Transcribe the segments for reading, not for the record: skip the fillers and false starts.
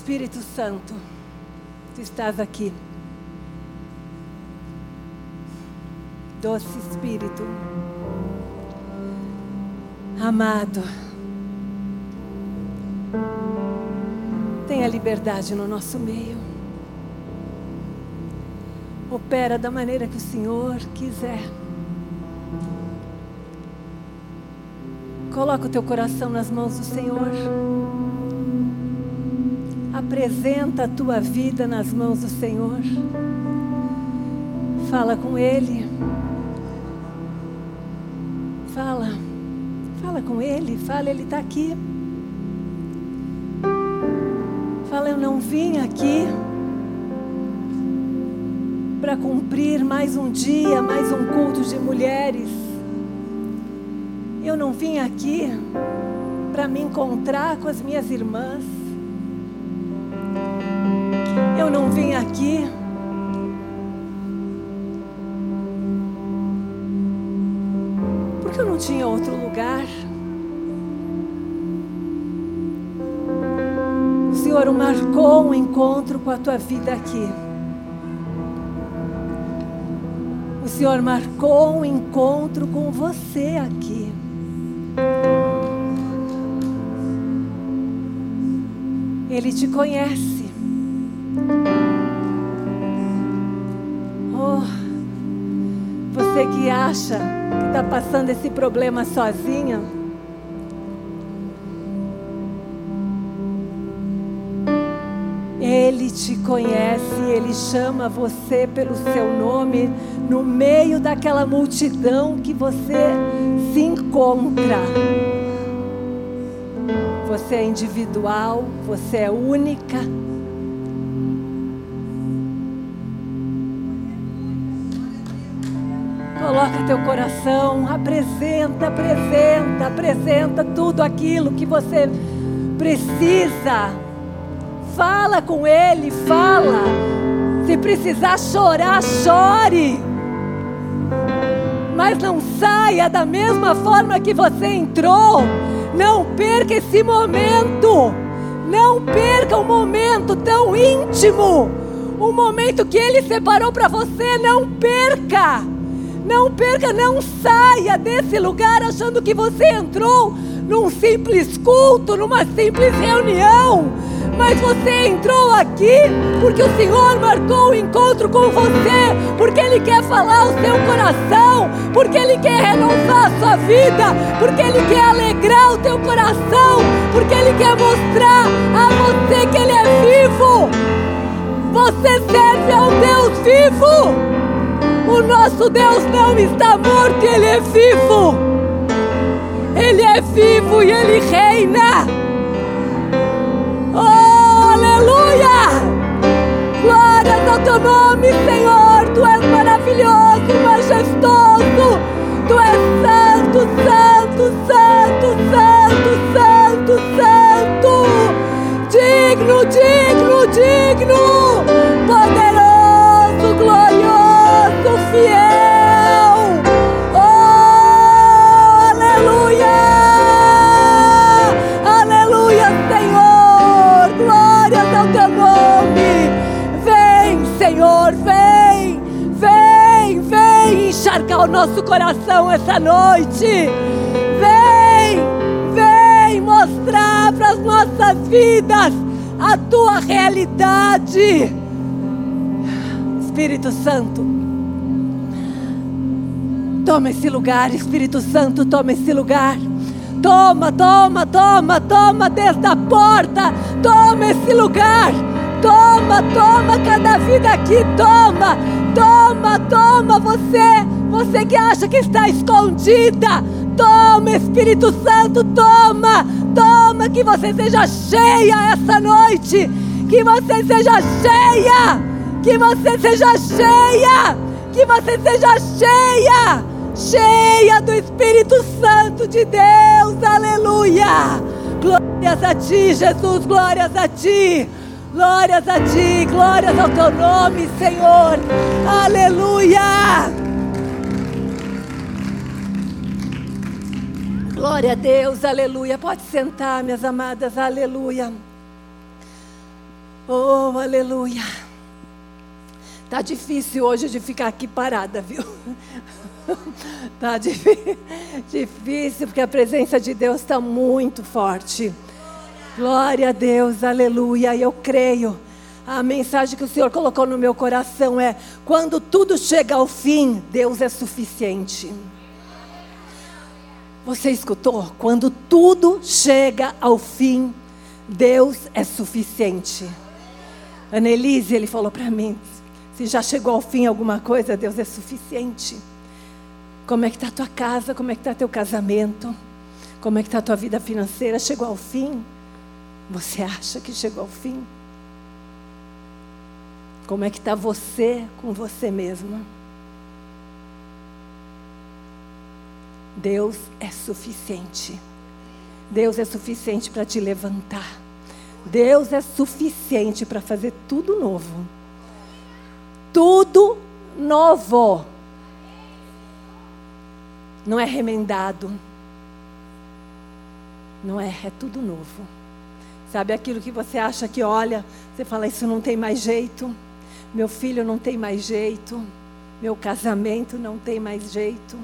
Espírito Santo, tu estás aqui. Doce Espírito, amado, tenha liberdade no nosso meio. Opera da maneira que o Senhor quiser. Coloca o teu coração nas mãos do Senhor. Apresenta a tua vida nas mãos do Senhor. Fala com Ele. Fala com Ele. Fala, Ele está aqui. Fala, eu não vim aqui para cumprir mais um dia, mais um culto de mulheres. Eu não vim aqui para me encontrar com as minhas irmãs. Eu não vim aqui porque eu não tinha outro lugar. O Senhor marcou um encontro com a tua vida aqui. O Senhor marcou um encontro com você aqui. Ele te conhece. Oh, você que acha que está passando esse problema sozinha, Ele te conhece, Ele chama você pelo seu nome no meio daquela multidão que você se encontra. Você é individual, você é única. Coloca teu coração, apresenta tudo aquilo que você precisa. Fala com Ele, fala. Se precisar chorar, chore. Mas não saia da mesma forma que você entrou. Não perca esse momento. Não perca um momento tão íntimo. Um momento que Ele separou para você. Não perca. Não perca, não saia desse lugar achando que você entrou num simples culto, numa simples reunião. Mas você entrou aqui porque o Senhor marcou um encontro com você, porque Ele quer falar ao seu coração, porque Ele quer renovar a sua vida, porque Ele quer alegrar o teu coração, porque Ele quer mostrar a você que Ele é vivo. Você serve ao Deus vivo. O nosso Deus não está morto, Ele é vivo. Ele é vivo e Ele reina. Oh, aleluia! Glórias ao teu nome, Senhor. Tu és maravilhoso, majestoso. Tu és santo, santo, santo, santo, santo, santo. Digno, digno, digno. Poderoso, glorioso, fiel. Oh, aleluia! Aleluia, Senhor. Glórias ao teu nome. Vem, Senhor, vem. Vem, vem encharcar o nosso coração essa noite. Vem, vem mostrar para as nossas vidas a tua realidade. Espírito Santo, toma esse lugar. Espírito Santo, toma esse lugar. Toma, toma, toma, toma desde a porta. Toma esse lugar. Toma, toma cada vida aqui. Toma, toma, toma. Você que acha que está escondida. Toma, Espírito Santo, toma. Toma, que você seja cheia essa noite. Que você seja cheia. Que você seja cheia. Que você seja cheia. Cheia do Espírito Santo de Deus. Aleluia. Glórias a ti, Jesus. Glórias a ti. Glórias a ti. Glórias ao teu nome, Senhor. Aleluia. Glória a Deus. Aleluia. Pode sentar, minhas amadas. Aleluia. Oh, aleluia. Tá difícil hoje de ficar aqui parada, viu? Tá difícil, porque a presença de Deus está muito forte. Glória a Deus, aleluia. E eu creio, a mensagem que o Senhor colocou no meu coração é: quando tudo chega ao fim, Deus é suficiente. Você escutou? Quando tudo chega ao fim, Deus é suficiente. Annelise, ele falou para mim: se já chegou ao fim alguma coisa, Deus é suficiente. Como é que está a tua casa? Como é que está teu casamento? Como é que está a tua vida financeira? Chegou ao fim? Você acha que chegou ao fim? Como é que está você com você mesma? Deus é suficiente. Deus é suficiente para te levantar. Deus é suficiente para fazer tudo novo. Tudo novo. Não é remendado. Não é, é tudo novo. Sabe aquilo que você acha que olha, você fala: isso não tem mais jeito. Meu filho não tem mais jeito. Meu casamento não tem mais jeito.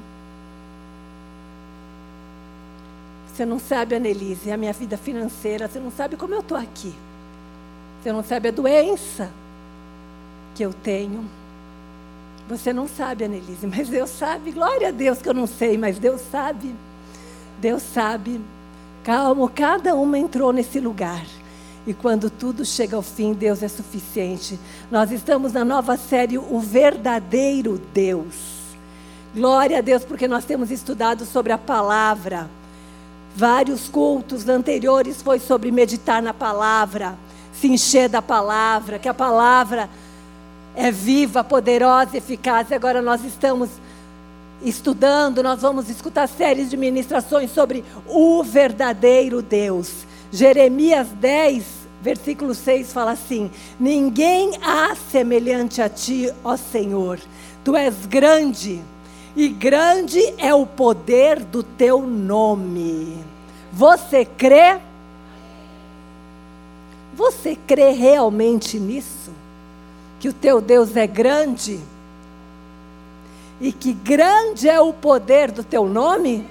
Você não sabe, Annelise, a minha vida financeira. Você não sabe como eu estou aqui. Você não sabe a doença que eu tenho. Você não sabe, Annelise, mas Deus sabe. Glória a Deus que eu não sei, mas Deus sabe. Deus sabe. Calma, cada uma entrou nesse lugar. E quando tudo chega ao fim, Deus é suficiente. Nós estamos na nova série O Verdadeiro Deus. Glória a Deus, porque nós temos estudado sobre a palavra. Vários cultos anteriores foi sobre meditar na palavra, se encher da palavra, que a palavra é viva, poderosa, eficaz. E agora nós estamos estudando, nós vamos escutar séries de ministrações sobre o verdadeiro Deus. Jeremias 10, versículo 6 fala assim: ninguém há semelhante a ti, ó Senhor, tu és grande, e grande é o poder do teu nome. Você crê? Você crê realmente nisso? Que o teu Deus é grande? E que grande é o poder do teu nome?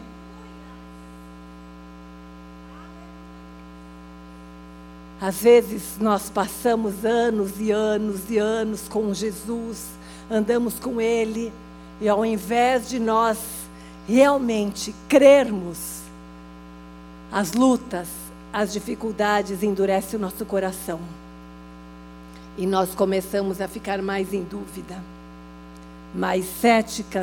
Às vezes nós passamos anos e anos e anos com Jesus, andamos com Ele, e ao invés de nós realmente crermos, as lutas, as dificuldades endurecem o nosso coração. E nós começamos a ficar mais em dúvida, mais céticas,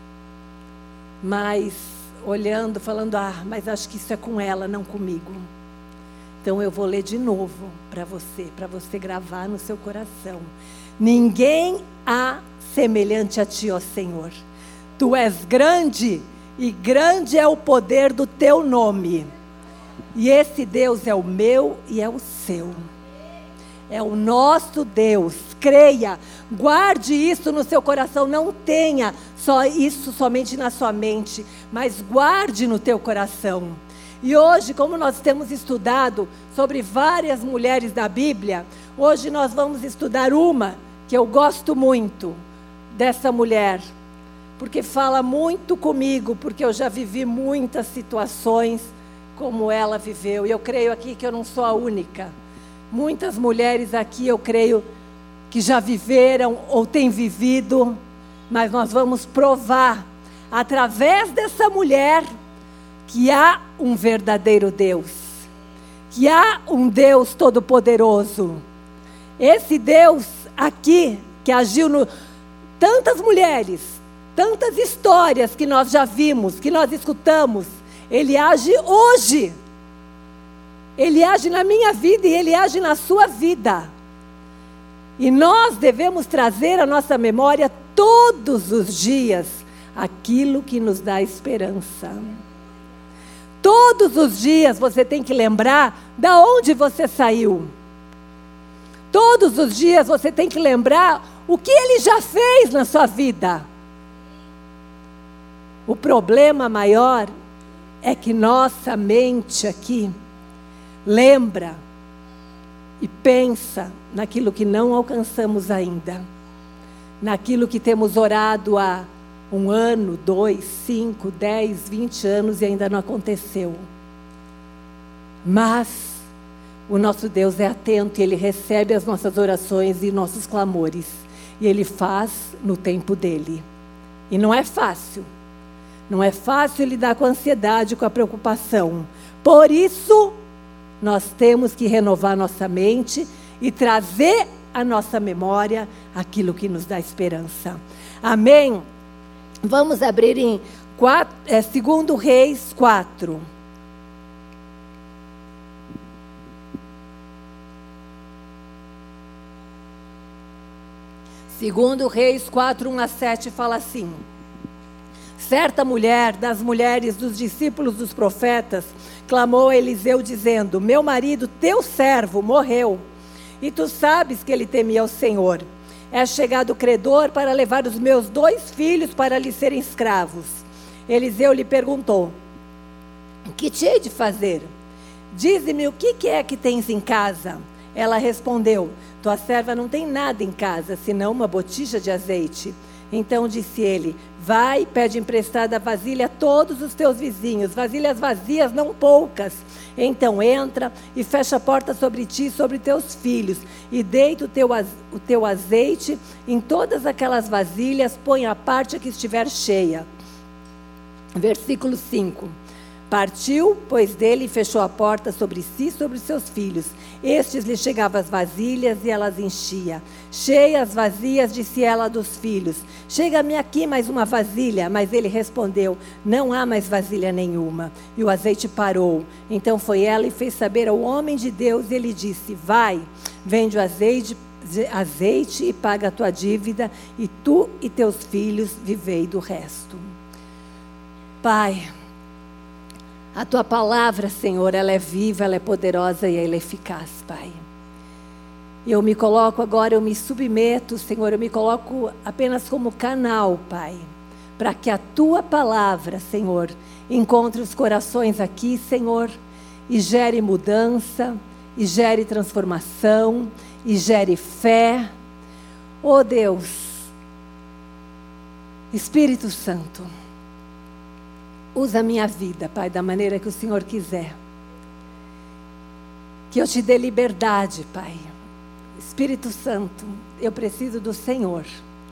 mais olhando, falando: mas acho que isso é com ela, não comigo. Então eu vou ler de novo para você gravar no seu coração. Ninguém há semelhante a ti, ó Senhor. Tu és grande, e grande é o poder do teu nome. E esse Deus é o meu e é o seu. É o nosso Deus. Creia, guarde isso no seu coração. Não tenha só isso somente na sua mente, mas guarde no teu coração. E hoje, como nós temos estudado sobre várias mulheres da Bíblia, hoje nós vamos estudar uma que eu gosto muito dessa mulher, porque fala muito comigo, porque eu já vivi muitas situações como ela viveu, e eu creio aqui que eu não sou a única. Muitas mulheres aqui eu creio que já viveram ou têm vivido, mas nós vamos provar através dessa mulher que há um verdadeiro Deus, que há um Deus todo-poderoso. Esse Deus aqui que agiu no tantas mulheres, tantas histórias que nós já vimos, que nós escutamos, Ele age hoje. Ele age na minha vida e Ele age na sua vida. E nós devemos trazer à nossa memória todos os dias aquilo que nos dá esperança. Todos os dias você tem que lembrar da onde você saiu. Todos os dias você tem que lembrar o que Ele já fez na sua vida. O problema maior é que nossa mente aqui lembra e pensa naquilo que não alcançamos ainda, naquilo que temos orado há 1 ano, 2, 5, 10, 20 anos e ainda não aconteceu. Mas o nosso Deus é atento e Ele recebe as nossas orações e nossos clamores. E Ele faz no tempo dEle. E não é fácil. Não é fácil lidar com a ansiedade, com a preocupação. Por isso, nós temos que renovar nossa mente e trazer à nossa memória aquilo que nos dá esperança. Amém? Vamos abrir em 2 Reis 4. 2 Reis 4, 1-7 fala assim: certa mulher das mulheres dos discípulos dos profetas clamou a Eliseu dizendo: meu marido, teu servo, morreu, e tu sabes que ele temia ao Senhor. É chegado o credor para levar os meus 2 filhos para lhe serem escravos. Eliseu lhe perguntou: o que te hei de fazer? Dize-me o que é que tens em casa. Ela respondeu: tua serva não tem nada em casa, senão uma botija de azeite. Então disse ele: vai, pede emprestada vasilha a todos os teus vizinhos, vasilhas vazias, não poucas. Então entra e fecha a porta sobre ti e sobre teus filhos, e deita o teu azeite em todas aquelas vasilhas, põe a parte que estiver cheia. Versículo 5. Partiu, pois, dele e fechou a porta sobre si e sobre seus filhos. Estes lhe chegavam as vasilhas e elas enchia. Cheias, vazias, disse ela dos filhos: chega-me aqui mais uma vasilha. Mas ele respondeu: não há mais vasilha nenhuma. E o azeite parou. Então foi ela e fez saber ao homem de Deus, e ele disse: vai, vende o azeite e paga a tua dívida, e tu e teus filhos vivei do resto. Pai, a tua palavra, Senhor, ela é viva, ela é poderosa e ela é eficaz, Pai. Eu me coloco agora, eu me submeto, Senhor, eu me coloco apenas como canal, Pai, para que a tua palavra, Senhor, encontre os corações aqui, Senhor, e gere mudança, e gere transformação, e gere fé. Oh Deus, Espírito Santo, usa a minha vida, Pai, da maneira que o Senhor quiser. Que eu te dê liberdade, Pai. Espírito Santo, eu preciso do Senhor.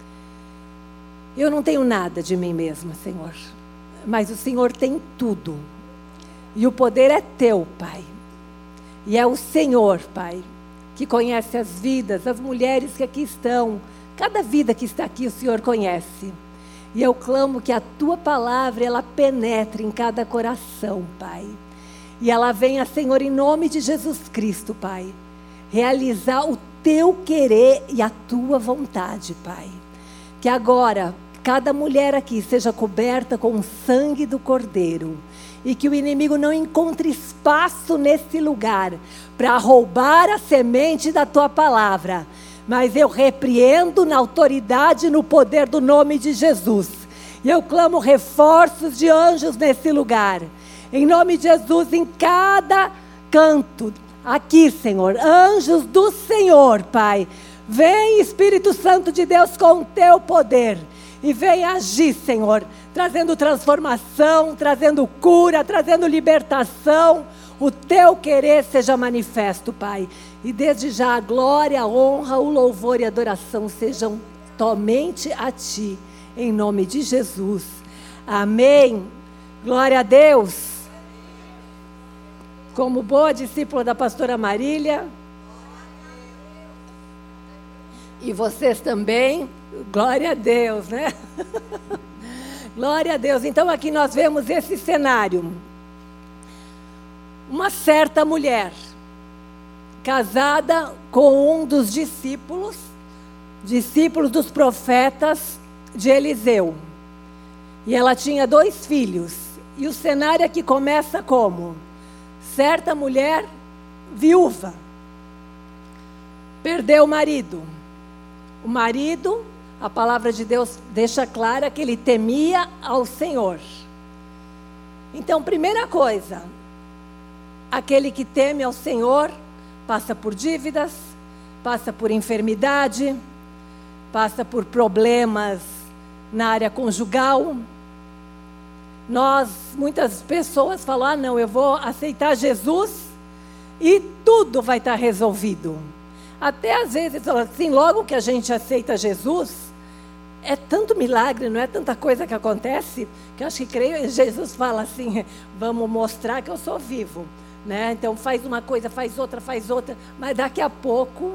Eu não tenho nada de mim mesma, Senhor. Mas o Senhor tem tudo. E o poder é teu, Pai. E é o Senhor, Pai, que conhece as vidas, as mulheres que aqui estão. Cada vida que está aqui o Senhor conhece. E eu clamo que a tua palavra, ela penetre em cada coração, Pai. E ela venha, Senhor, em nome de Jesus Cristo, Pai, realizar o teu querer e a tua vontade, Pai. Que agora, cada mulher aqui seja coberta com o sangue do Cordeiro. E que o inimigo não encontre espaço nesse lugar para roubar a semente da tua palavra. Mas eu repreendo na autoridade, no poder do nome de Jesus. E eu clamo reforços de anjos nesse lugar. Em nome de Jesus, em cada canto. Aqui, Senhor, anjos do Senhor, Pai. Vem, Espírito Santo de Deus, com o teu poder. E vem agir, Senhor, trazendo transformação, trazendo cura, trazendo libertação. O teu querer seja manifesto, Pai. E desde já a glória, a honra, o louvor e a adoração sejam somente a Ti, em nome de Jesus. Amém. Glória a Deus. Como boa discípula da pastora Marília. E vocês também. Glória a Deus, né? Glória a Deus. Então aqui nós vemos esse cenário. Uma certa mulher, casada com um dos discípulos dos profetas de Eliseu. E ela tinha 2 filhos. E o cenário aqui começa como? Certa mulher viúva. Perdeu o marido. O marido, a palavra de Deus deixa clara que ele temia ao Senhor. Então, primeira coisa, aquele que teme ao Senhor passa por dívidas, passa por enfermidade, passa por problemas na área conjugal. Muitas pessoas falam, não, eu vou aceitar Jesus e tudo vai estar resolvido. Até às vezes, assim, logo que a gente aceita Jesus, é tanto milagre, não é tanta coisa que acontece, que eu acho que creio, Jesus fala assim, vamos mostrar que eu sou vivo, né? Então faz uma coisa, faz outra, mas daqui a pouco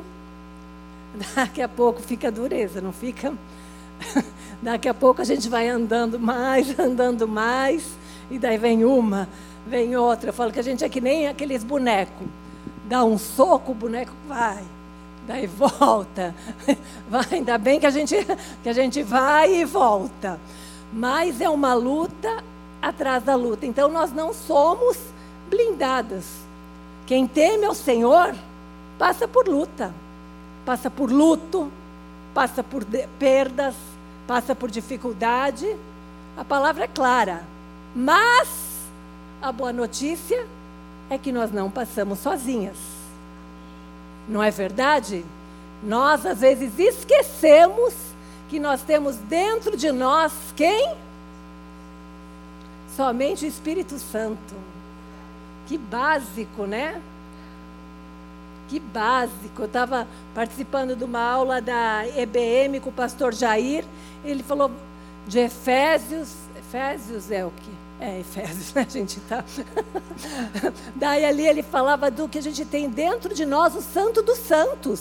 fica dureza, não fica? Daqui a pouco a gente vai andando mais, e daí vem uma, vem outra. Eu falo que a gente é que nem aqueles bonecos, dá um soco, o boneco vai. Daí volta, vai, ainda bem que a gente vai e volta. Mas é uma luta atrás da luta. Então nós não somos blindadas. Quem teme ao Senhor passa por luta, passa por luto, passa por perdas, passa por dificuldade. A palavra é clara. Mas a boa notícia é que nós não passamos sozinhas. Não é verdade? Nós, às vezes, esquecemos que nós temos dentro de nós quem? Somente o Espírito Santo. Que básico, né? Que básico. Eu estava participando de uma aula da EBM com o pastor Jair. Ele falou de Efésios. Efésios é o quê? É, Efésios, né, a gente tá. Daí ali ele falava do que a gente tem dentro de nós, o Santo dos Santos.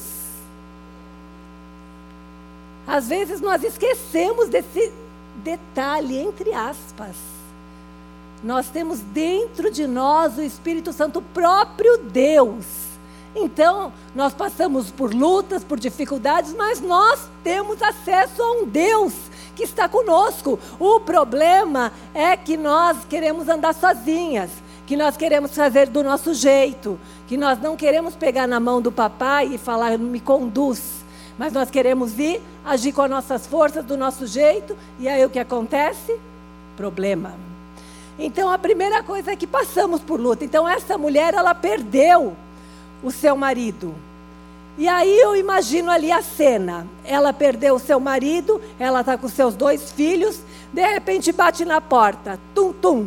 Às vezes nós esquecemos desse detalhe, entre aspas. Nós temos dentro de nós o Espírito Santo, o próprio Deus. Então, nós passamos por lutas, por dificuldades, mas nós temos acesso a um Deus que está conosco. O problema é que nós queremos andar sozinhas, que nós queremos fazer do nosso jeito, que nós não queremos pegar na mão do papai e falar, me conduz, mas nós queremos ir, agir com as nossas forças, do nosso jeito, e aí o que acontece? Problema. Então a primeira coisa é que passamos por luta. Então essa mulher, ela perdeu o seu marido. E aí eu imagino ali a cena, ela perdeu o seu marido, ela está com seus 2 filhos, de repente bate na porta, tum, tum.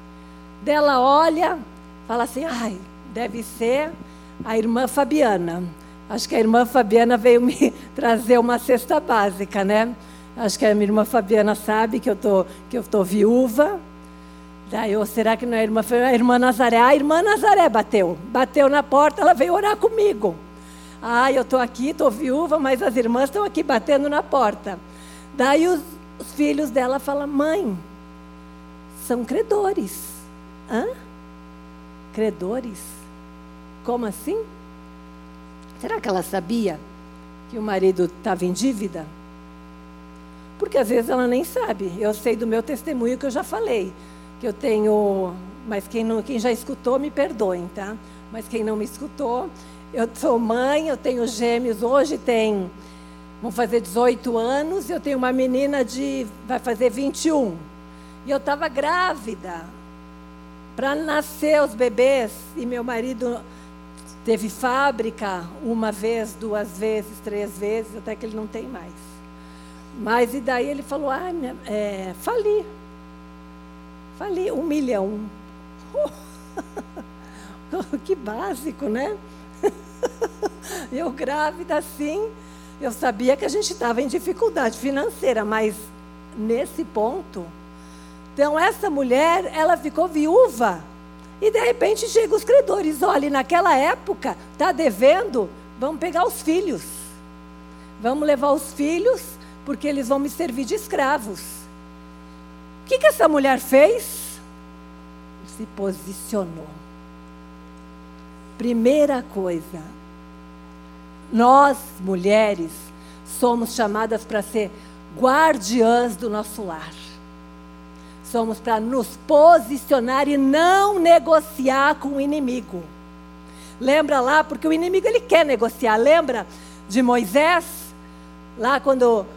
Dela olha, fala assim, ai, deve ser a irmã Fabiana. Acho que a irmã Fabiana veio me trazer uma cesta básica, né? Acho que a minha irmã Fabiana sabe que eu tô viúva. Daí, será que não é a irmã Fabiana? A irmã Nazaré, a irmã Nazaré bateu na porta, ela veio orar comigo. Eu estou aqui, estou viúva, mas as irmãs estão aqui batendo na porta. Daí os filhos dela falam, mãe, são credores. Hã? Credores? Como assim? Será que ela sabia que o marido estava em dívida? Porque às vezes ela nem sabe. Eu sei do meu testemunho que eu já falei. Que eu tenho, mas quem já escutou, me perdoem, tá? Mas quem não me escutou... Eu sou mãe, eu tenho gêmeos, hoje vão fazer 18 anos, eu tenho uma menina vai fazer 21. E eu estava grávida, para nascer os bebês, e meu marido teve fábrica 1 vez, 2 vezes, 3 vezes, até que ele não tem mais. Mas e daí ele falou, fali 1 milhão. Que básico, né? Eu grávida assim, eu sabia que a gente estava em dificuldade financeira, mas nesse ponto. Então essa mulher, ela ficou viúva e de repente chegam os credores. Olha, naquela época, está devendo, vamos pegar os filhos. Vamos levar os filhos, porque eles vão me servir de escravos. O que essa mulher fez? Se posicionou. Primeira coisa, nós, mulheres, somos chamadas para ser guardiãs do nosso lar. Somos para nos posicionar e não negociar com o inimigo. Lembra lá, porque o inimigo ele quer negociar. Lembra de Moisés? Lá quando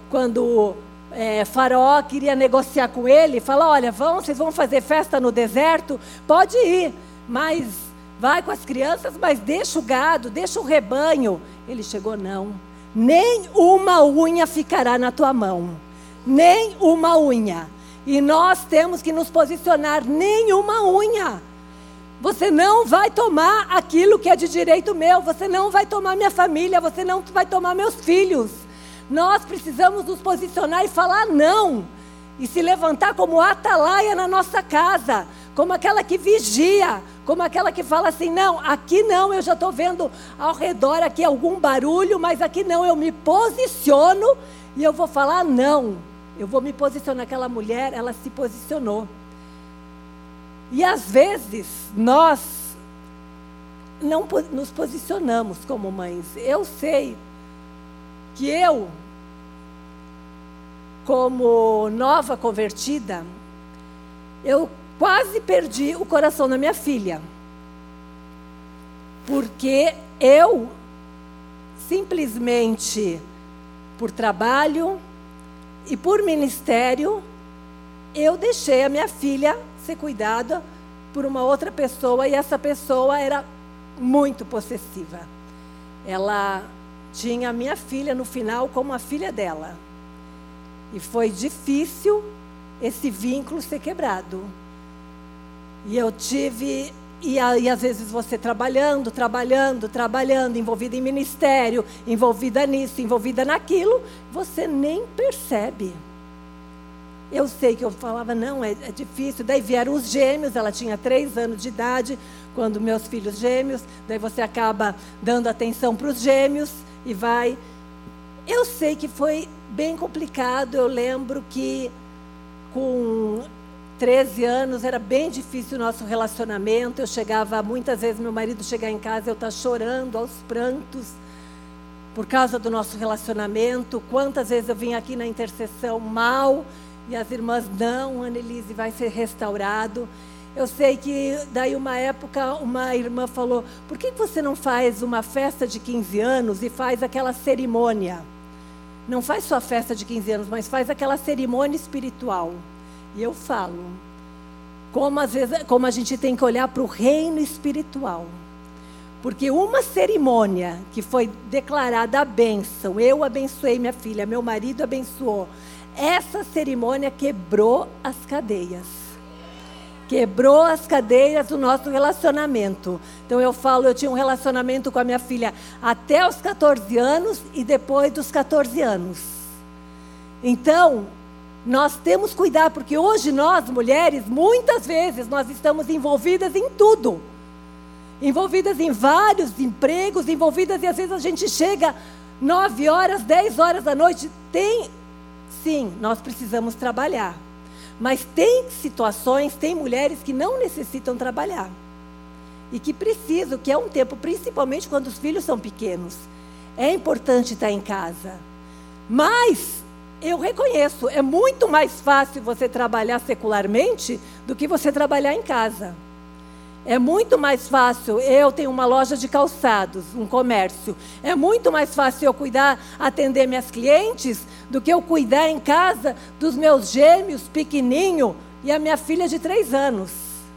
Faraó queria negociar com ele, falou, olha, vocês vão fazer festa no deserto? Pode ir, mas vai com as crianças, mas deixa o gado, deixa o rebanho. Ele chegou, não, nem uma unha ficará na tua mão, nem uma unha. E nós temos que nos posicionar, nenhuma unha. Você não vai tomar aquilo que é de direito meu, você não vai tomar minha família, você não vai tomar meus filhos. Nós precisamos nos posicionar e falar não. E se levantar como atalaia na nossa casa, como aquela que vigia, como aquela que fala assim, não, aqui não, eu já estou vendo ao redor aqui algum barulho, mas aqui não, eu me posiciono e eu vou falar não. Eu vou me posicionar. Aquela mulher, ela se posicionou. E às vezes, nós não nos posicionamos como mães. Eu sei que eu, como nova convertida, eu quase perdi o coração da minha filha. Porque eu, simplesmente, por trabalho e por ministério, eu deixei a minha filha ser cuidada por uma outra pessoa, e essa pessoa era muito possessiva. Ela tinha a minha filha no final como a filha dela. E foi difícil esse vínculo ser quebrado. E eu tive, e às vezes você trabalhando, envolvida em ministério, envolvida nisso, envolvida naquilo, você nem percebe. Eu sei que eu falava, não, é difícil. Daí vieram os gêmeos, ela tinha 3 anos de idade, quando meus filhos gêmeos, daí você acaba dando atenção para os gêmeos e vai. Eu sei que foi bem complicado. Eu lembro que com 13 anos era bem difícil o nosso relacionamento. Eu chegava, muitas vezes meu marido chegar em casa, eu estar chorando aos prantos por causa do nosso relacionamento. Quantas vezes eu vim aqui na intercessão mal, e as irmãs, não, Annelise, vai ser restaurado. Eu sei que daí uma época uma irmã falou, por que você não faz uma festa de 15 anos e faz aquela cerimônia? Não faz só a festa de 15 anos, mas faz aquela cerimônia espiritual. E eu falo, como a gente tem que olhar para o reino espiritual. Porque uma cerimônia que foi declarada a bênção, eu abençoei minha filha, meu marido abençoou, essa cerimônia quebrou as cadeias. Quebrou as cadeias do nosso relacionamento. Então eu falo, eu tinha um relacionamento com a minha filha até os 14 anos e depois dos 14 anos. Então, nós temos que cuidar, porque hoje nós, mulheres, muitas vezes nós estamos envolvidas em tudo. Envolvidas em vários empregos, envolvidas, e às vezes a gente chega 9 horas, 10 horas da noite, sim, nós precisamos trabalhar. Mas tem situações, tem mulheres que não necessitam trabalhar. E que precisam, que é um tempo, principalmente quando os filhos são pequenos. É importante estar em casa. Mas, eu reconheço, é muito mais fácil você trabalhar secularmente do que você trabalhar em casa. É muito mais fácil, eu tenho uma loja de calçados, um comércio. É muito mais fácil eu atender minhas clientes, do que eu cuidar em casa dos meus gêmeos, pequenininho, e a minha filha de 3 anos.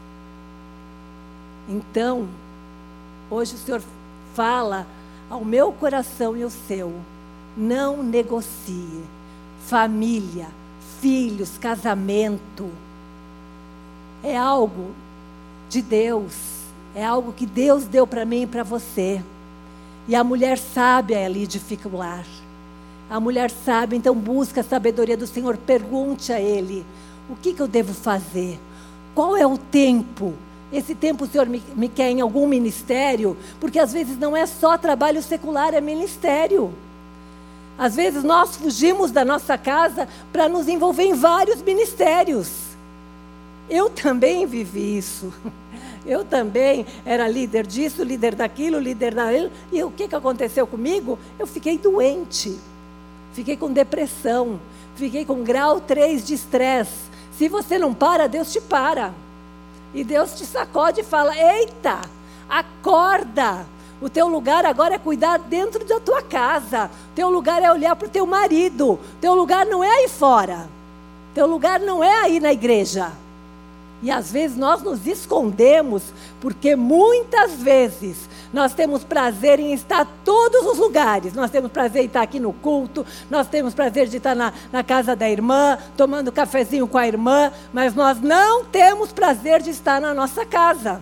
Então, hoje o Senhor fala ao meu coração e ao seu, não negocie. Família, filhos, casamento, é algo de Deus, é algo que Deus deu para mim e para você. E a mulher sabe ali edificar. A mulher sabe, então busca a sabedoria do Senhor, pergunte a Ele, o que eu devo fazer? Qual é o tempo? Esse tempo o Senhor me quer em algum ministério? Porque às vezes não é só trabalho secular, é ministério. Às vezes nós fugimos da nossa casa para nos envolver em vários ministérios. Eu também vivi isso. Eu também era líder disso, líder daquilo, líder daquilo. E o que aconteceu comigo? Eu fiquei doente. Fiquei com depressão. Fiquei com grau 3 de estresse. Se você não para, Deus te para. E Deus te sacode e fala, eita, acorda. O teu lugar agora é cuidar dentro da tua casa. O teu lugar é olhar para o teu marido. O teu lugar não é aí fora. O teu lugar não é aí na igreja. E às vezes nós nos escondemos, porque muitas vezes nós temos prazer em estar em todos os lugares. Nós temos prazer em estar aqui no culto, nós temos prazer de estar na casa da irmã, tomando cafezinho com a irmã, mas nós não temos prazer de estar na nossa casa.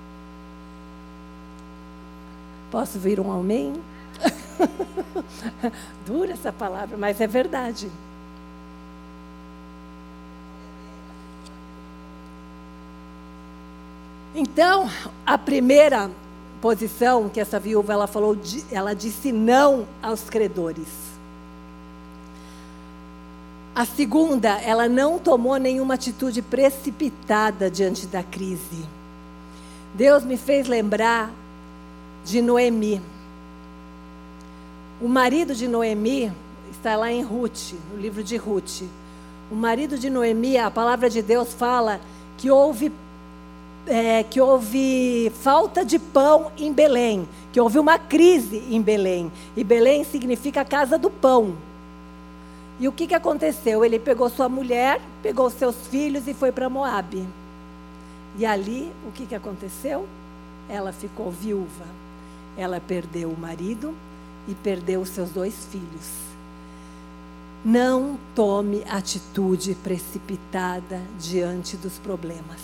Posso ouvir um amém? Dura essa palavra, mas é verdade. Então, a primeira posição que essa viúva ela falou, ela disse não aos credores. A segunda, ela não tomou nenhuma atitude precipitada diante da crise. Deus me fez lembrar de Noemi. O marido de Noemi está lá em Ruth, no livro de Ruth. O marido de Noemi, a palavra de Deus fala que houve falta de pão em Belém, que houve uma crise em Belém. E Belém significa a casa do pão. E o que aconteceu? Ele pegou sua mulher, pegou seus filhos e foi para Moabe. E ali, o que aconteceu? Ela ficou viúva. Ela perdeu o marido e perdeu os seus 2 filhos. Não tome atitude precipitada diante dos problemas.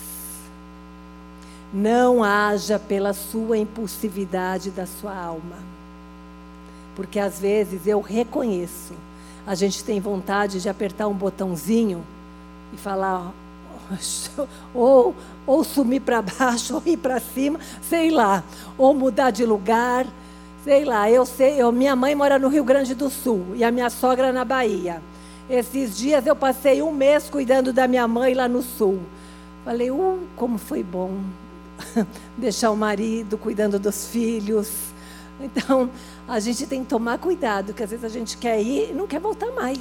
Não haja pela sua impulsividade da sua alma. Porque às vezes eu reconheço, a gente tem vontade de apertar um botãozinho e falar, ou sumir para baixo, ou ir para cima, sei lá, ou mudar de lugar, sei lá. Minha mãe mora no Rio Grande do Sul e a minha sogra na Bahia. Esses dias eu passei 1 mês cuidando da minha mãe lá no Sul. Falei, como foi bom deixar o marido cuidando dos filhos. Então, a gente tem que tomar cuidado, que às vezes a gente quer ir e não quer voltar mais.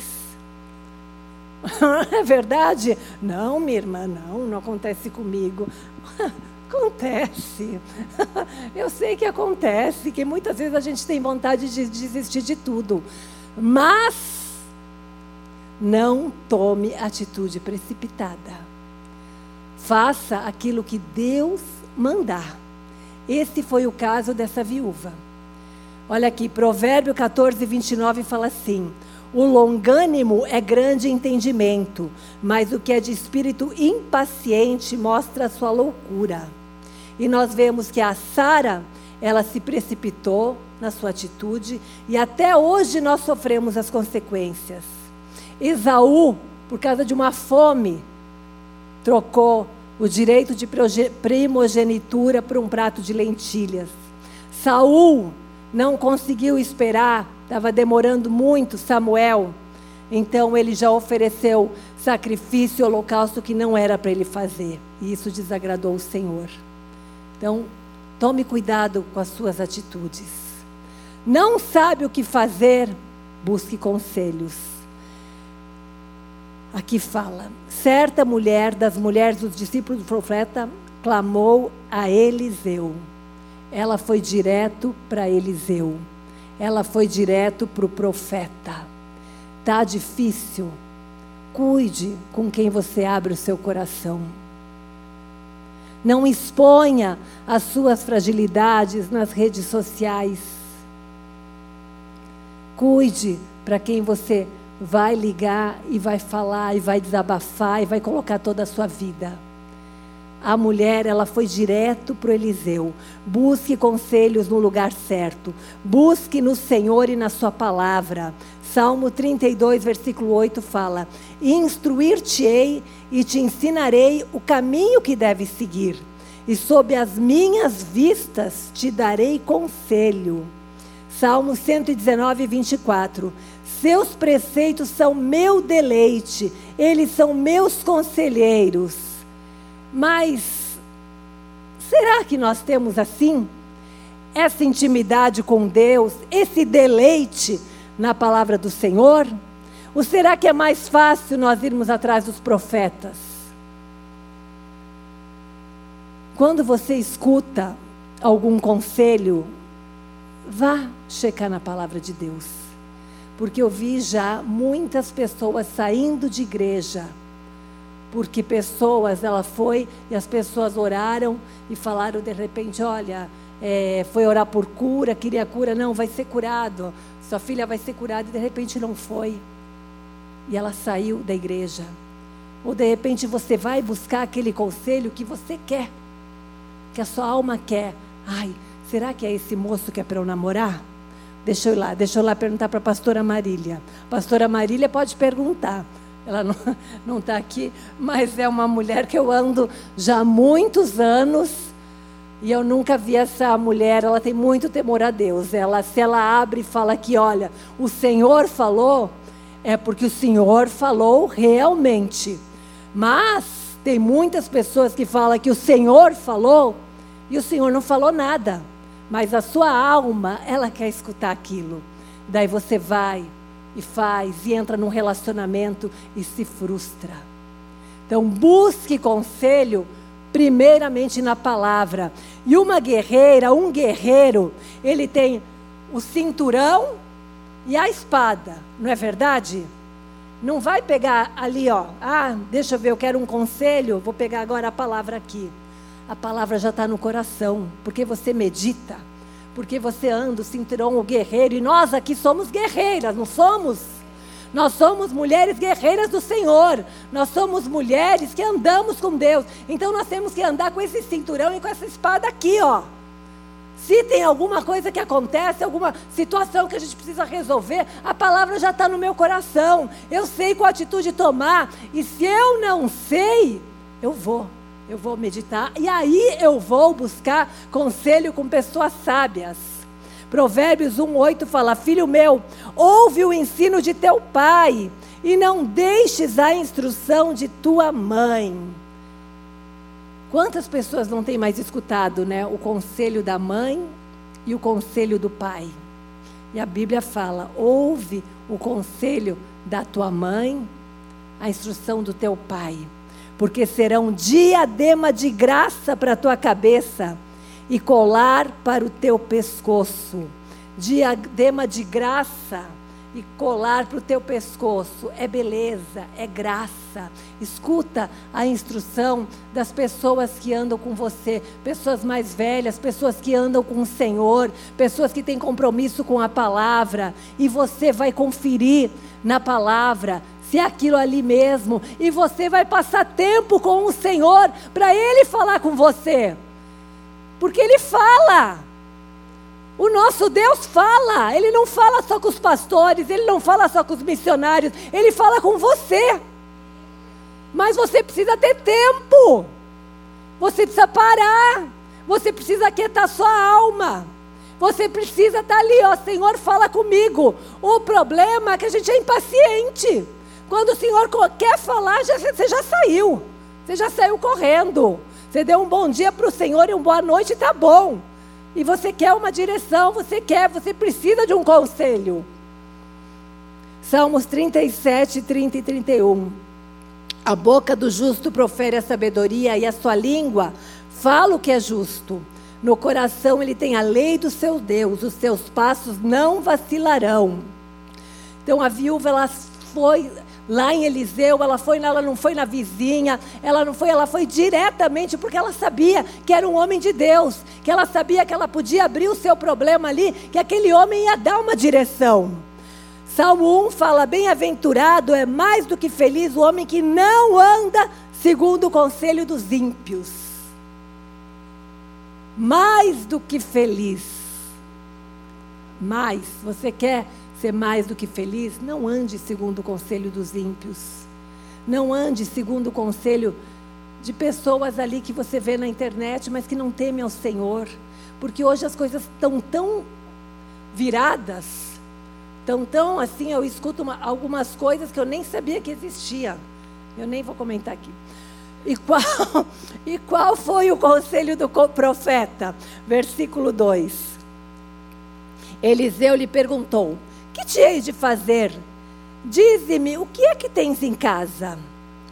É verdade? Não, minha irmã, não acontece comigo. Acontece. Eu sei que acontece, que muitas vezes a gente tem vontade de desistir de tudo. Mas não tome atitude precipitada. Faça aquilo que Deus mandar. Esse foi o caso dessa viúva. Olha aqui, Provérbio 14, 29 fala assim: o longânimo é grande entendimento, mas o que é de espírito impaciente mostra a sua loucura. E nós vemos que a Sara, ela se precipitou na sua atitude, e até hoje nós sofremos as consequências. Esaú, por causa de uma fome, trocou o direito de primogenitura por um prato de lentilhas. Saul não conseguiu esperar, estava demorando muito Samuel, então ele já ofereceu sacrifício e holocausto que não era para ele fazer, e isso desagradou o Senhor. Então, tome cuidado com as suas atitudes. Não sabe o que fazer, busque conselhos. Aqui fala, certa mulher das mulheres dos discípulos do profeta clamou a Eliseu. Ela foi direto para Eliseu. Ela foi direto para o profeta. Está difícil? Cuide com quem você abre o seu coração. Não exponha as suas fragilidades nas redes sociais. Cuide para quem você vai ligar e vai falar e vai desabafar e vai colocar toda a sua vida. A mulher, ela foi direto para o Eliseu. Busque conselhos no lugar certo. Busque no Senhor e na sua palavra. Salmo 32, versículo 8 fala: instruir-te-ei e te ensinarei o caminho que deves seguir. E sob as minhas vistas te darei conselho. Salmo 119, 24. Seus preceitos são meu deleite. Eles são meus conselheiros. Mas, será que nós temos assim? Essa intimidade com Deus, esse deleite na palavra do Senhor? Ou será que é mais fácil nós irmos atrás dos profetas? Quando você escuta algum conselho, vá checar na palavra de Deus. Porque eu vi já muitas pessoas saindo de igreja Porque ela foi e as pessoas oraram e falaram de repente, olha, foi orar por cura, queria cura, não, vai ser curado, sua filha vai ser curada, e de repente não foi. E ela saiu da igreja. Ou de repente você vai buscar aquele conselho que você quer, que a sua alma quer. Ai, será que é esse moço que é para eu namorar? Deixa eu ir lá perguntar para a pastora Marília. Pastora Marília pode perguntar. Ela não está aqui, mas é uma mulher que eu ando já há muitos anos e eu nunca vi essa mulher. Ela tem muito temor a Deus. Se ela abre e fala aqui, olha, o Senhor falou, é porque o Senhor falou realmente. Mas tem muitas pessoas que falam que o Senhor falou e o Senhor não falou nada. Mas a sua alma, ela quer escutar aquilo. Daí você vai e faz, e entra num relacionamento e se frustra. Então busque conselho primeiramente na palavra. E um guerreiro, ele tem o cinturão e a espada, não é verdade? Não vai pegar ali, deixa eu ver, eu quero um conselho, vou pegar agora a palavra aqui. A palavra já está no coração, porque você medita, porque você anda, o cinturão, o guerreiro, e nós aqui somos guerreiras, não somos? Nós somos mulheres guerreiras do Senhor, nós somos mulheres que andamos com Deus, então nós temos que andar com esse cinturão e com essa espada aqui, Se tem alguma coisa que acontece, alguma situação que a gente precisa resolver, a palavra já está no meu coração, eu sei qual atitude tomar, e se eu não sei, eu vou meditar, e aí eu vou buscar conselho com pessoas sábias. Provérbios 1:8 fala, filho meu, ouve o ensino de teu pai, e não deixes a instrução de tua mãe. Quantas pessoas não têm mais escutado, o conselho da mãe e o conselho do pai? E a Bíblia fala, ouve o conselho da tua mãe, a instrução do teu pai. Porque serão diadema de graça para a tua cabeça e colar para o teu pescoço. Diadema de graça e colar para o teu pescoço. É beleza, é graça. Escuta a instrução das pessoas que andam com você. Pessoas mais velhas, pessoas que andam com o Senhor. Pessoas que têm compromisso com a palavra. E você vai conferir na palavra se é aquilo ali mesmo, e você vai passar tempo com o Senhor, para Ele falar com você, porque Ele fala, o nosso Deus fala, Ele não fala só com os pastores, Ele não fala só com os missionários, Ele fala com você, mas você precisa ter tempo, você precisa parar, você precisa aquietar sua alma, você precisa estar ali, Senhor, fala comigo. O problema é que a gente é impaciente. Quando o Senhor quer falar, você já saiu correndo. Você deu um bom dia para o Senhor e uma boa noite, está bom. E você quer uma direção, você precisa de um conselho. Salmos 37, 30 e 31. A boca do justo profere a sabedoria e a sua língua fala o que é justo. No coração ele tem a lei do seu Deus, os seus passos não vacilarão. Então a viúva, ela foi lá em Eliseu, ela não foi na vizinha, ela foi diretamente, porque ela sabia que era um homem de Deus, que ela sabia que ela podia abrir o seu problema ali, que aquele homem ia dar uma direção. Salmo 1 fala, bem-aventurado é mais do que feliz o homem que não anda segundo o conselho dos ímpios. Mais do que feliz. Mais, você quer ser mais do que feliz? Não ande segundo o conselho dos ímpios. Não ande segundo o conselho de pessoas ali que você vê na internet, mas que não temem ao Senhor. Porque hoje as coisas estão tão viradas, tão assim, eu escuto algumas coisas que eu nem sabia que existia. Eu nem vou comentar aqui. E qual foi o conselho do profeta? Versículo 2. Eliseu lhe perguntou, que te hei de fazer? Dize-me, o que é que tens em casa?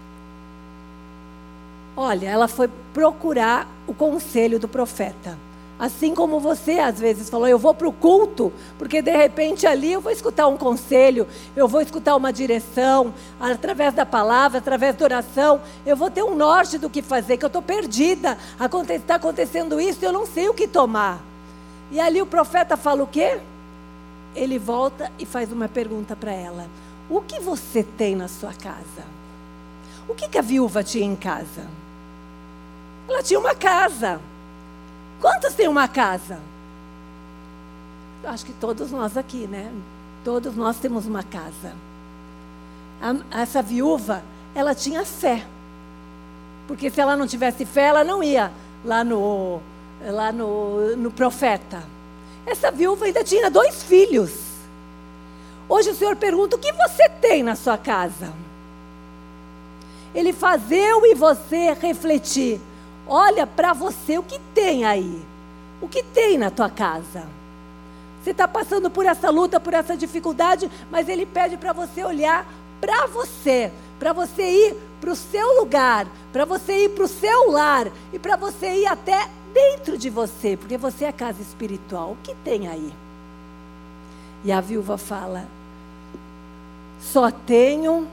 Olha, ela foi procurar o conselho do profeta. Assim como você às vezes falou, eu vou para o culto, porque de repente ali eu vou escutar um conselho, eu vou escutar uma direção, através da palavra, através da oração, eu vou ter um norte do que fazer, que eu estou perdida, está acontecendo isso e eu não sei o que tomar. E ali o profeta fala o quê? Ele volta e faz uma pergunta para ela: o que você tem na sua casa? O que a viúva tinha em casa? Ela tinha uma casa. Quantos têm uma casa? Eu acho que todos nós aqui, né? Todos nós temos uma casa. Essa viúva, ela tinha fé. Porque se ela não tivesse fé, ela não ia lá no profeta. Essa viúva ainda tinha 2 filhos. Hoje o Senhor pergunta: o que você tem na sua casa? Ele faz eu e você refletir. Olha para você, o que tem aí? O que tem na tua casa? Você está passando por essa luta, por essa dificuldade, mas Ele pede para você olhar para você ir para o seu lugar, para você ir para o seu lar e para você ir até dentro de você, porque você é a casa espiritual. O que tem aí? E a viúva fala: só tenho...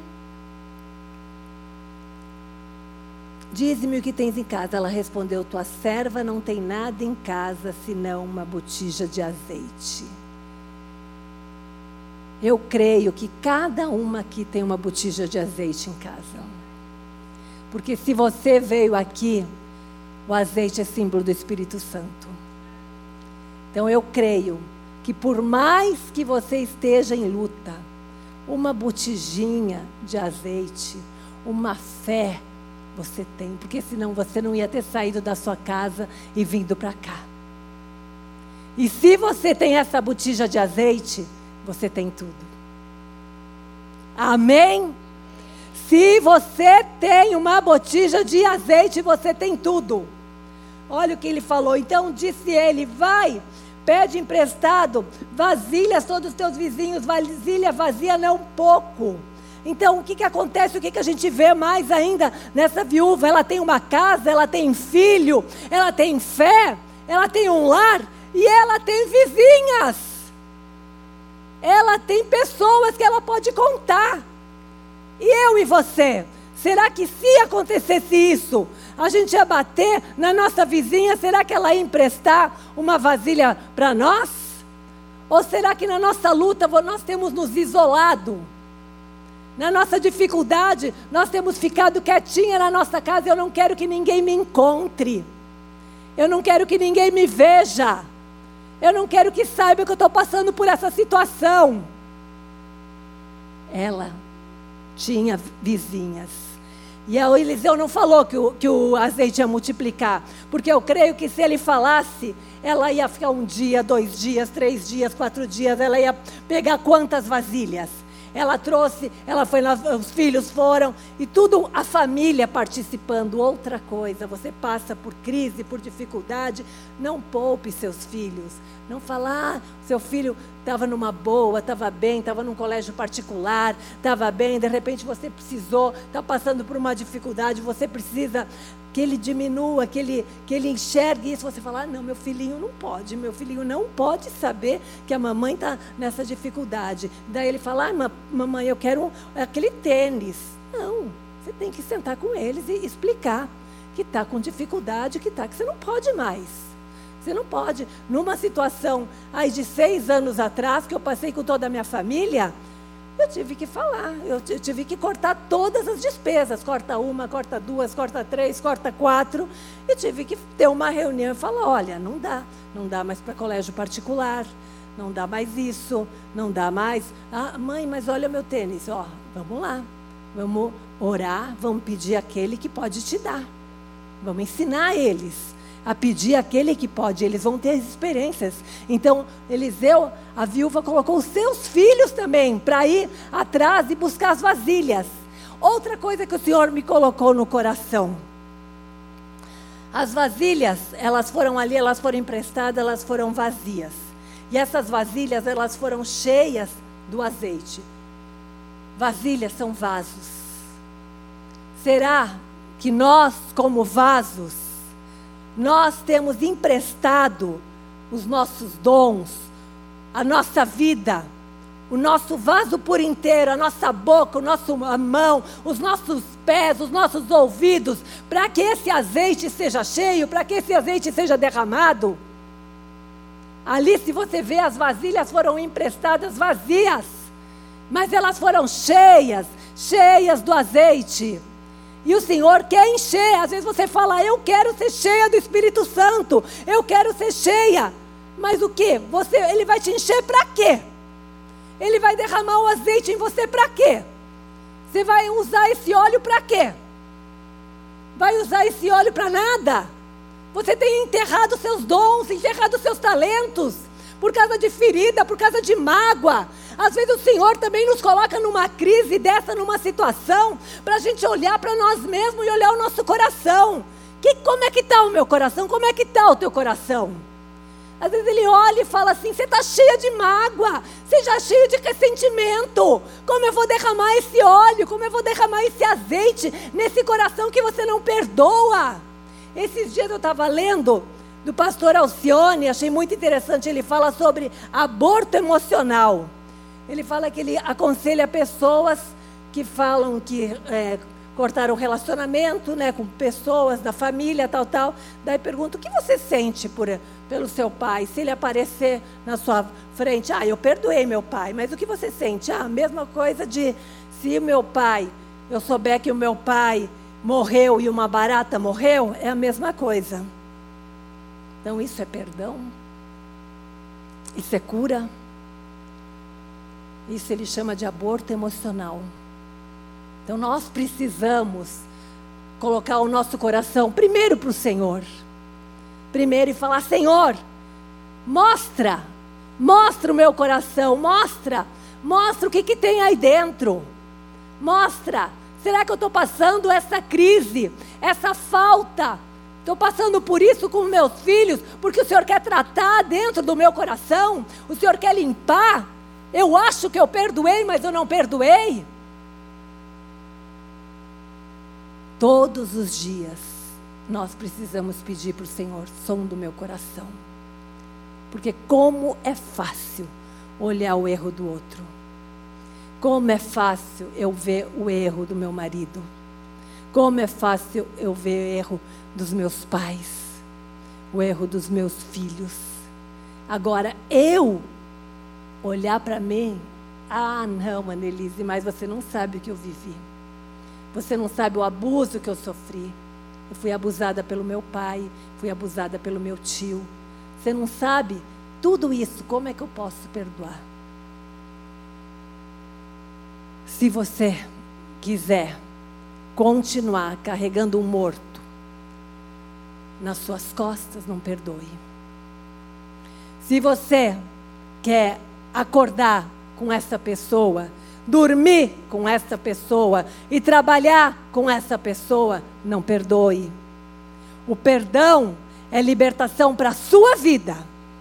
Diz-me o que tens em casa. Ela respondeu: tua serva não tem nada em casa, senão uma botija de azeite. Eu creio que cada uma aqui tem uma botija de azeite em casa. Porque se você veio aqui, o azeite é símbolo do Espírito Santo. Então eu creio que por mais que você esteja em luta, uma botijinha de azeite, uma fé, você tem, porque senão você não ia ter saído da sua casa e vindo para cá. E se você tem essa botija de azeite, você tem tudo. Amém? Se você tem uma botija de azeite, você tem tudo. Olha o que ele falou. Então disse ele: vai, pede emprestado vasilhas todos os teus vizinhos, vasilha vazia não pouco. Então, o que acontece? O que a gente vê mais ainda nessa viúva? Ela tem uma casa, ela tem filho, ela tem fé, ela tem um lar e ela tem vizinhas. Ela tem pessoas que ela pode contar. E eu e você? Será que se acontecesse isso, a gente ia bater na nossa vizinha? Será que ela ia emprestar uma vasilha para nós? Ou será que na nossa luta nós temos nos isolado? Na nossa dificuldade, nós temos ficado quietinha na nossa casa. Eu não quero que ninguém me encontre. Eu não quero que ninguém me veja. Eu não quero que saiba que eu estou passando por essa situação. Ela tinha vizinhas. E o Eliseu não falou que o azeite ia multiplicar. Porque eu creio que se ele falasse, ela ia ficar 1 dia, 2 dias, 3 dias, 4 dias. Ela ia pegar quantas vasilhas? Ela trouxe, os filhos foram, e tudo, a família participando. Outra coisa, você passa por crise, por dificuldade, não poupe seus filhos. Não fala: seu filho estava numa boa, estava bem, estava num colégio particular, estava bem, de repente você precisou, está passando por uma dificuldade, você precisa que ele diminua, que ele enxergue isso. Você fala: não, meu filhinho não pode saber que a mamãe está nessa dificuldade. Daí ele fala: mamãe, eu quero aquele tênis. Não, você tem que sentar com eles e explicar que está com dificuldade, que você não pode mais. Você não pode. Numa situação aí de 6 anos atrás, que eu passei com toda a minha família, eu tive que falar, eu tive que cortar todas as despesas. Corta 1, corta 2, corta 3, corta 4. Eu tive que ter uma reunião e falar: olha, não dá mais para colégio particular, não dá mais isso, não dá mais. Ah, mãe, mas olha meu tênis. Ó, vamos lá, vamos orar, vamos pedir aquele que pode te dar. Vamos ensinar eles a pedir aquele que pode, eles vão ter experiências. Então, Eliseu, a viúva colocou os seus filhos também para ir atrás e buscar as vasilhas. Outra coisa que o Senhor me colocou no coração: as vasilhas, elas foram ali, elas foram emprestadas, elas foram vazias. E essas vasilhas, elas foram cheias do azeite. Vasilhas são vasos. Será que nós, como vasos, nós temos emprestado os nossos dons, a nossa vida, o nosso vaso por inteiro, a nossa boca, a mão, os nossos pés, os nossos ouvidos, para que esse azeite seja cheio, para que esse azeite seja derramado. Ali, se você vê, as vasilhas foram emprestadas vazias, mas elas foram cheias do azeite. E o Senhor quer encher. Às vezes você fala, eu quero ser cheia do Espírito Santo, eu quero ser cheia. Mas o quê? Ele vai te encher para quê? Ele vai derramar o azeite em você para quê? Você vai usar esse óleo para quê? Vai usar esse óleo para nada? Você tem enterrado seus dons, enterrado seus talentos, por causa de ferida, por causa de mágoa. Às vezes o Senhor também nos coloca numa crise dessa, numa situação, para a gente olhar para nós mesmos e olhar o nosso coração. Como é que está o meu coração? Como é que está o teu coração? Às vezes ele olha e fala assim, você está cheia de mágoa, você está cheio de ressentimento. Como eu vou derramar esse óleo, como eu vou derramar esse azeite nesse coração que você não perdoa? Esses dias eu estava lendo do pastor Alcione, achei muito interessante, ele fala sobre aborto emocional. Ele fala que ele aconselha pessoas que falam que cortaram o relacionamento, né, com pessoas da família, tal. Daí pergunta, o que você sente pelo seu pai? Se ele aparecer na sua frente, eu perdoei meu pai, mas o que você sente? A mesma coisa de, se eu souber que o meu pai morreu e uma barata morreu, é a mesma coisa. Então isso é perdão? Isso é cura? Isso ele chama de aborto emocional. Então nós precisamos colocar o nosso coração primeiro para o Senhor. Primeiro e falar, Senhor, mostra o meu coração, mostra o que tem aí dentro. Mostra, será que eu estou passando essa crise, essa falta? Estou passando por isso com meus filhos, porque o Senhor quer tratar dentro do meu coração? O Senhor quer limpar? Eu acho que eu perdoei, mas eu não perdoei. Todos os dias, nós precisamos pedir para o Senhor, som do meu coração. Porque como é fácil olhar o erro do outro. Como é fácil eu ver o erro do meu marido. Como é fácil eu ver o erro dos meus pais. O erro dos meus filhos. Agora, eu olhar para mim, não, Annelise, mas você não sabe o que eu vivi. Você não sabe o abuso que eu sofri. Eu fui abusada pelo meu pai, fui abusada pelo meu tio. Você não sabe tudo isso, como é que eu posso perdoar? Se você quiser continuar carregando um morto nas suas costas, não perdoe. Se você quer acordar com essa pessoa, dormir com essa pessoa e trabalhar com essa pessoa, não perdoe. O perdão é libertação para a sua vida.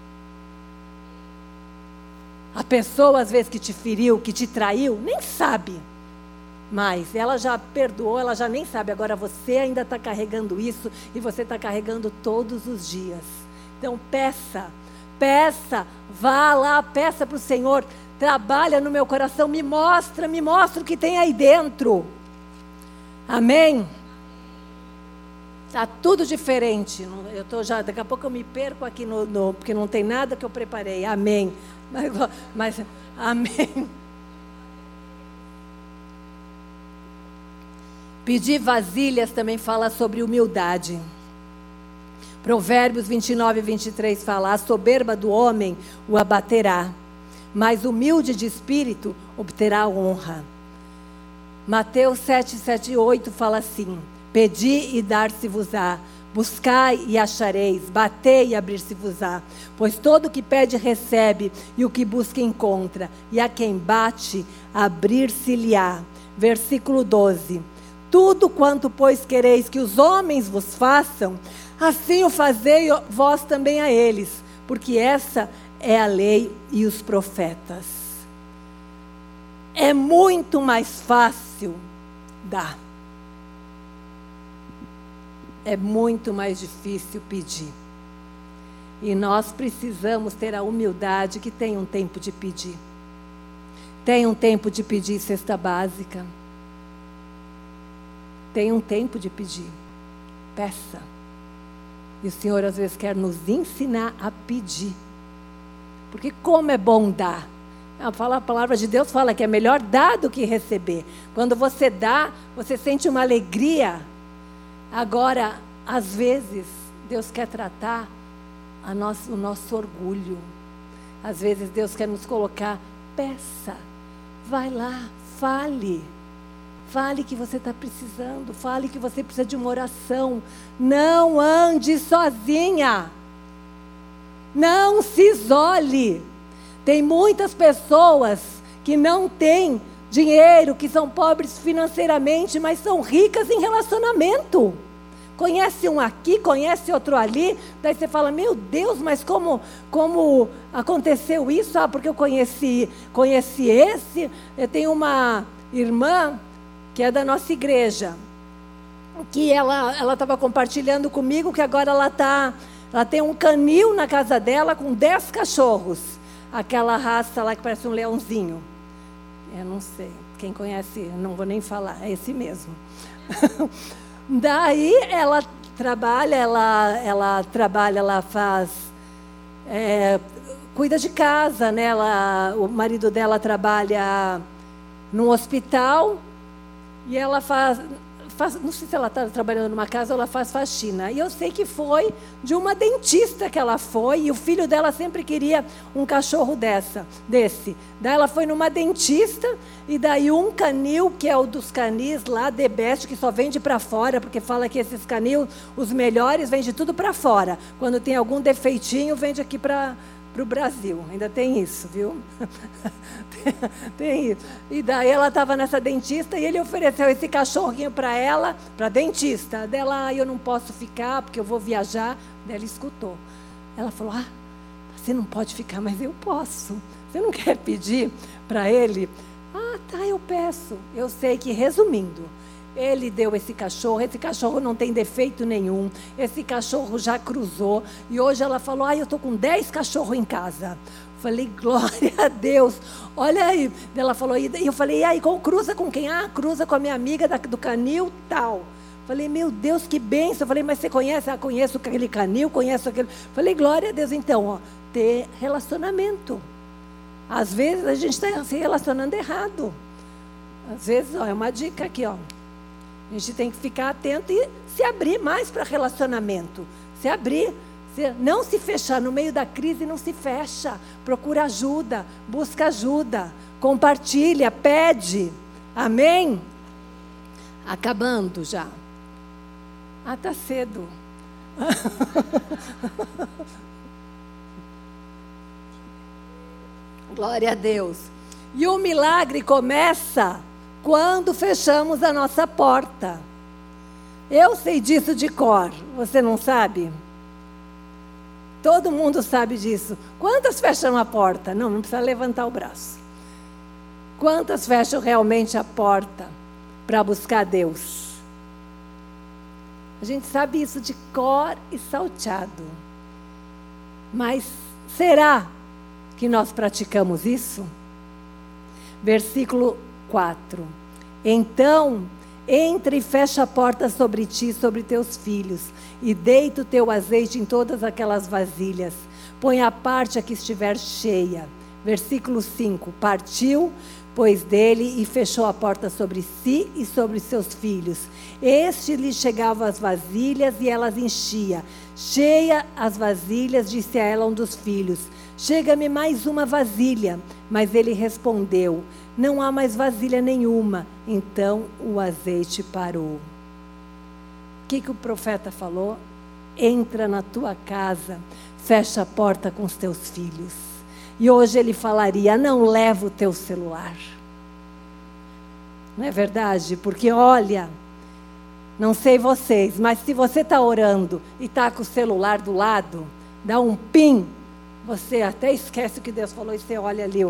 A pessoa às vezes que te feriu, que te traiu, nem sabe. Mas ela já perdoou, ela já nem sabe. Agora você ainda está carregando isso e você está carregando todos os dias. Então peça, vá lá, peça para o Senhor, trabalha no meu coração, me mostra o que tem aí dentro. Amém? Está tudo diferente. Daqui a pouco eu me perco aqui porque não tem nada que eu preparei. Amém. Mas amém. Pedir vasilhas também fala sobre humildade. Provérbios 29 e 23 fala: a soberba do homem o abaterá, mas humilde de espírito obterá honra. Mateus 7, 7 e 8 fala assim: pedi e dar-se-vos-á, buscai e achareis, batei e abrir-se-vos-á. Pois todo o que pede recebe, e o que busca encontra, e a quem bate, abrir-se-lhe-á. Versículo 12: tudo quanto, pois, quereis que os homens vos façam, assim o fazei vós também a eles, porque essa é a lei e os profetas. É muito mais fácil dar. é muito mais difícil pedir. E nós precisamos ter a humildade que tem um tempo de pedir. Tem um tempo de pedir cesta básica. Tem um tempo de pedir. Peça. E o Senhor às vezes quer nos ensinar a pedir. Porque como é bom dar. A palavra de Deus fala que é melhor dar do que receber. Quando você dá, você sente uma alegria. Agora, às vezes, Deus quer tratar o nosso orgulho. Às vezes Deus quer nos colocar, peça, vai lá, fale. Fale que você está precisando, fale que você precisa de uma oração. Não ande sozinha. Não se isole. Tem muitas pessoas que não têm dinheiro, que são pobres financeiramente, mas são ricas em relacionamento. Conhece um aqui, conhece outro ali, daí você fala, meu Deus, mas como aconteceu isso? Ah, porque eu conheci esse. Eu tenho uma irmã que é da nossa igreja, que ela estava compartilhando comigo que agora ela tem um canil na casa dela com 10 cachorros. Aquela raça lá que parece um leãozinho. Eu não sei. Quem conhece, não vou nem falar. É esse mesmo. Daí ela trabalha, ela faz... cuida de casa, né? O marido dela trabalha num hospital. E ela faz... Não sei se ela está trabalhando numa casa ou ela faz faxina. E eu sei que foi de uma dentista que ela foi. E o filho dela sempre queria um cachorro desse. Daí ela foi numa dentista. E daí um canil, que é o dos canis lá, The Best, que só vende para fora. Porque fala que esses canil, os melhores, vende tudo para fora. Quando tem algum defeitinho, vende aqui para o Brasil. Ainda tem isso, viu? Tem isso. E daí ela estava nessa dentista e ele ofereceu esse cachorrinho para ela, para a dentista. Dela, eu não posso ficar porque eu vou viajar. Daí ela escutou. Ela falou, você não pode ficar, mas eu posso. Você não quer pedir para ele? Tá, eu peço. Eu sei que, resumindo, ele deu esse cachorro não tem defeito nenhum, esse cachorro já cruzou, e hoje ela falou, eu estou com 10 cachorros em casa. Falei, glória a Deus, olha aí. Ela falou, e eu falei, e aí, cruza com quem? Cruza com a minha amiga do canil, tal. Falei, meu Deus, que bênção. Falei, mas você conhece? Conheço aquele canil, conheço aquele... Falei, glória a Deus. Então, ter relacionamento. Às vezes a gente está se relacionando errado. Às vezes, é uma dica aqui, A gente tem que ficar atento e se abrir mais para relacionamento. Se abrir, não se fechar. No meio da crise, não se fecha. Procura ajuda, busca ajuda, compartilha, pede. Amém? Acabando já. Está cedo. Glória a Deus. E o milagre começa quando fechamos a nossa porta. Eu sei disso de cor. Você não sabe? Todo mundo sabe disso. Quantas fecham a porta? Não precisa levantar o braço. Quantas fecham realmente a porta para buscar Deus? A gente sabe isso de cor e salteado. Mas será que nós praticamos isso? Versículo 4. Então, entra e fecha a porta sobre ti e sobre teus filhos, e deita o teu azeite em todas aquelas vasilhas. Põe à parte a que estiver cheia. Versículo 5. Partiu, pois, dele e fechou a porta sobre si e sobre seus filhos. Este lhe chegava as vasilhas e elas enchia. Cheia as vasilhas, disse a ela um dos filhos, chega-me mais uma vasilha. Mas ele respondeu, não há mais vasilha nenhuma. Então o azeite parou. O que o profeta falou? Entra na tua casa, fecha a porta com os teus filhos. E hoje ele falaria, não leva o teu celular. Não é verdade? Porque olha, não sei vocês, mas se você está orando e está com o celular do lado, dá um pim, você até esquece o que Deus falou e você olha ali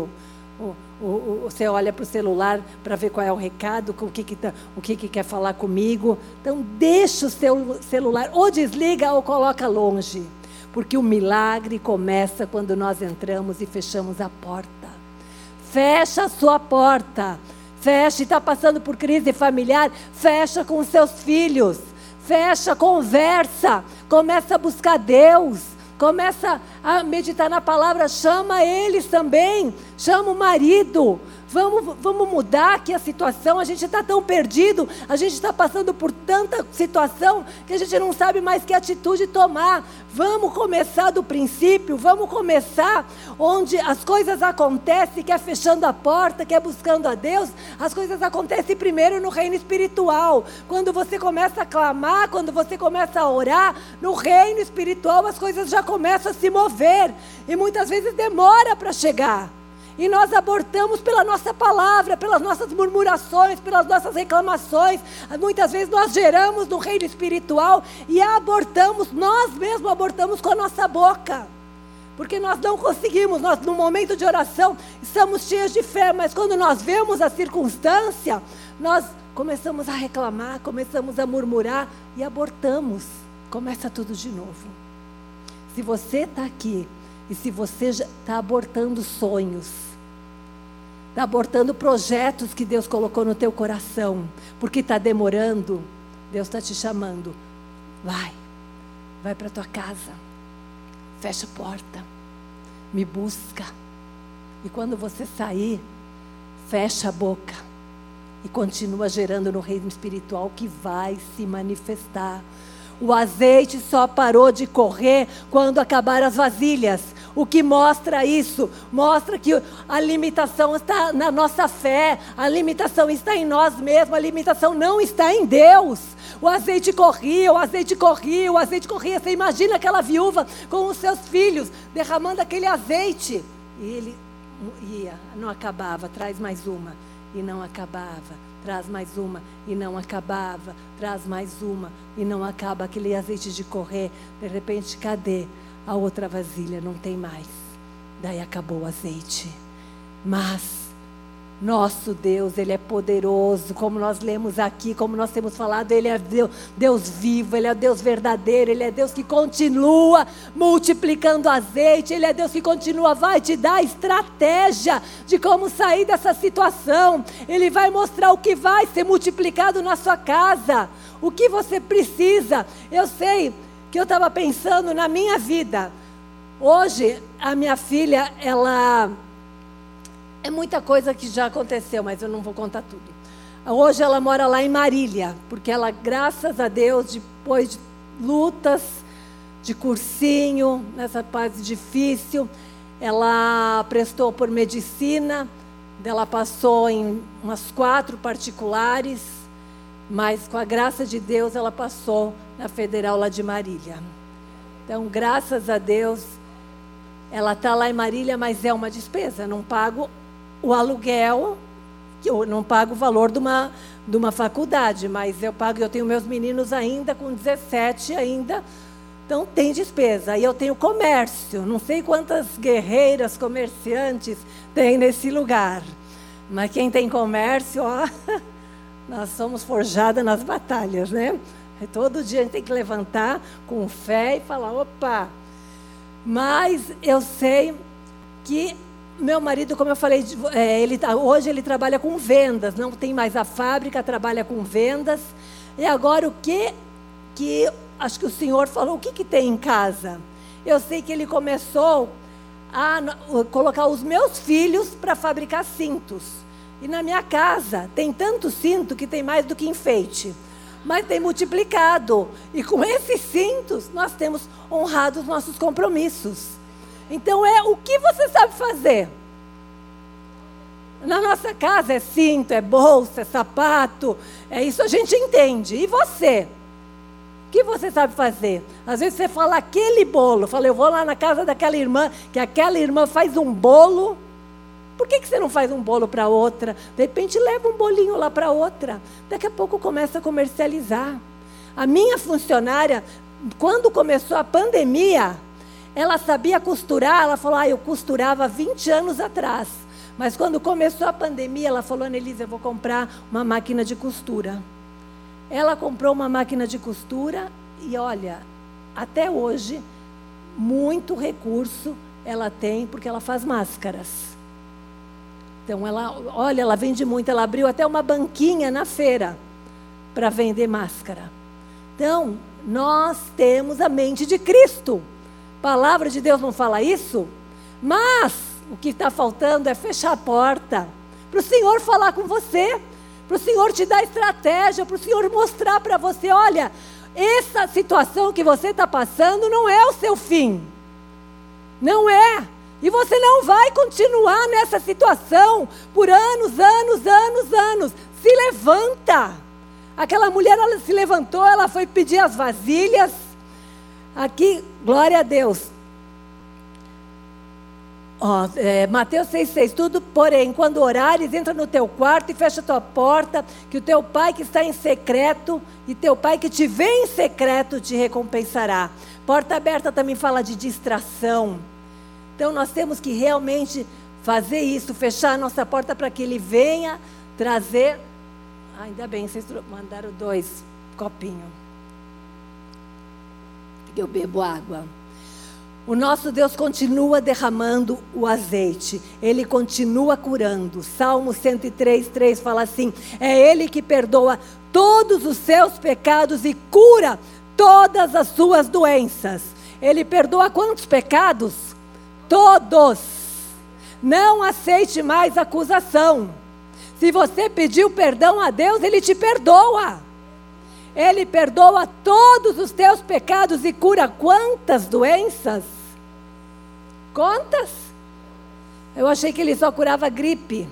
Você olha para o celular para ver qual é o recado, o que quer falar comigo. Então, deixa o seu celular, ou desliga ou coloca longe. Porque o milagre começa quando nós entramos e fechamos a porta. Fecha a sua porta. Fecha, e está passando por crise familiar, fecha com os seus filhos. Fecha, conversa. Começa a buscar Deus. Começa a meditar na palavra, chama eles também, chama o marido, vamos mudar aqui a situação, a gente está tão perdido, a gente está passando por tanta situação, que a gente não sabe mais que atitude tomar. Vamos começar do princípio, vamos começar onde as coisas acontecem, que é fechando a porta, que é buscando a Deus. As coisas acontecem primeiro no reino espiritual, quando você começa a clamar, quando você começa a orar, no reino espiritual as coisas já começam a se mover, e muitas vezes demora para chegar, e nós abortamos pela nossa palavra, pelas nossas murmurações, pelas nossas reclamações. Muitas vezes nós geramos no reino espiritual e abortamos, nós mesmos abortamos com a nossa boca, porque nós não conseguimos. Nós, no momento de oração, estamos cheios de fé, mas quando nós vemos a circunstância, nós começamos a reclamar, começamos a murmurar e abortamos. Começa tudo de novo. Se você está aqui e se você já está abortando sonhos, está abortando projetos que Deus colocou no teu coração, porque está demorando, Deus está te chamando. Vai para a tua casa, fecha a porta, me busca, e quando você sair, fecha a boca e continua gerando no reino espiritual, que vai se manifestar. O azeite só parou de correr quando acabaram as vasilhas. O que mostra isso? Mostra que a limitação está na nossa fé, a limitação está em nós mesmos, a limitação não está em Deus. O azeite corria, o azeite corria, o azeite corria. Você imagina aquela viúva com os seus filhos, derramando aquele azeite. E ele ia, não acabava, traz mais uma, e não acabava. Traz mais uma e não acabava. Traz mais uma e não acaba. Aquele azeite de correr. De repente, cadê a outra vasilha? Não tem mais. Daí acabou o azeite. Mas nosso Deus, Ele é poderoso. Como nós lemos aqui, como nós temos falado, Ele é Deus vivo, Ele é Deus verdadeiro, Ele é Deus que continua multiplicando azeite, Ele é Deus que continua, vai te dar estratégia de como sair dessa situação. Ele vai mostrar o que vai ser multiplicado na sua casa, o que você precisa. Eu sei que eu estava pensando na minha vida. Hoje, a minha filha, é muita coisa que já aconteceu, mas eu não vou contar tudo. Hoje ela mora lá em Marília, porque ela, graças a Deus, depois de lutas, de cursinho, nessa fase difícil, ela prestou por medicina, ela passou em umas 4 particulares, mas com a graça de Deus ela passou na Federal lá de Marília. Então, graças a Deus, ela está lá em Marília, mas é uma despesa, não pago o aluguel, eu não pago o valor de uma faculdade, mas eu tenho meus meninos ainda com 17 ainda, então tem despesa. E eu tenho comércio, não sei quantas guerreiras comerciantes tem nesse lugar, mas quem tem comércio, nós somos forjadas nas batalhas, né? Todo dia a gente tem que levantar com fé e falar, opa. Mas eu sei que meu marido, como eu falei, hoje ele trabalha com vendas, não tem mais a fábrica, trabalha com vendas. E agora o que acho que o Senhor falou, o que tem em casa? Eu sei que ele começou a colocar os meus filhos para fabricar cintos. E na minha casa tem tanto cinto que tem mais do que enfeite. Mas tem multiplicado. E com esses cintos nós temos honrado os nossos compromissos. Então o que você sabe fazer? Na nossa casa é cinto, é bolsa, é sapato, é isso a gente entende. E você? O que você sabe fazer? Às vezes você fala aquele bolo, eu vou lá na casa daquela irmã, que aquela irmã faz um bolo. Por que você não faz um bolo para outra? De repente leva um bolinho lá para outra. Daqui a pouco começa a comercializar. A minha funcionária, quando começou a pandemia, ela sabia costurar. Ela falou, eu costurava 20 anos atrás. Mas quando começou a pandemia, ela falou: Annelise, eu vou comprar uma máquina de costura. Ela comprou uma máquina de costura e olha, até hoje, muito recurso ela tem, porque ela faz máscaras. Então, ela vende muito. Ela abriu até uma banquinha na feira para vender máscara. Então, nós temos a mente de Cristo. A palavra de Deus não fala isso? Mas o que está faltando é fechar a porta para o Senhor falar com você, para o Senhor te dar estratégia, para o Senhor mostrar para você: olha, essa situação que você está passando não é o seu fim. Não é. E você não vai continuar nessa situação por anos. Se levanta. Aquela mulher, ela se levantou, ela foi pedir as vasilhas. Aqui, glória a Deus. Mateus 6,6, tudo, porém, quando orares, entra no teu quarto e fecha a tua porta, que o teu pai que está em secreto, e teu pai que te vê em secreto te recompensará. Porta aberta também fala de distração. Então nós temos que realmente fazer isso, fechar a nossa porta para que ele venha trazer. Ainda bem, vocês mandaram 2 copinhos. Eu bebo água. O nosso Deus continua derramando o azeite. Ele continua curando. Salmo 103:3 fala assim: é Ele que perdoa todos os seus pecados e cura todas as suas doenças. Ele perdoa quantos pecados? Todos. Não aceite mais acusação. Se você pediu perdão a Deus, Ele te perdoa. Ele perdoa todos os teus pecados e cura quantas doenças? Quantas? Eu achei que Ele só curava gripe.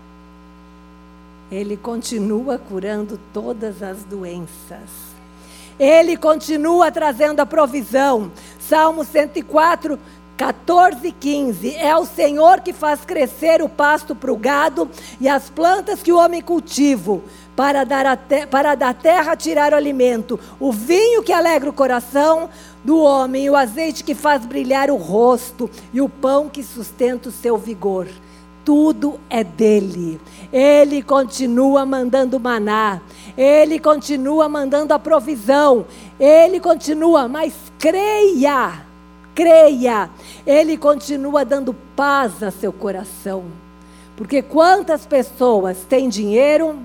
Ele continua curando todas as doenças. Ele continua trazendo a provisão. Salmo 104, 14 e 15. É o Senhor que faz crescer o pasto para o gado e as plantas que o homem cultiva, para da terra tirar o alimento, o vinho que alegra o coração do homem, e o azeite que faz brilhar o rosto, e o pão que sustenta o seu vigor. Tudo é dele. Ele continua mandando maná, Ele continua mandando a provisão, Ele continua, mas creia, Ele continua dando paz a seu coração. Porque quantas pessoas têm dinheiro,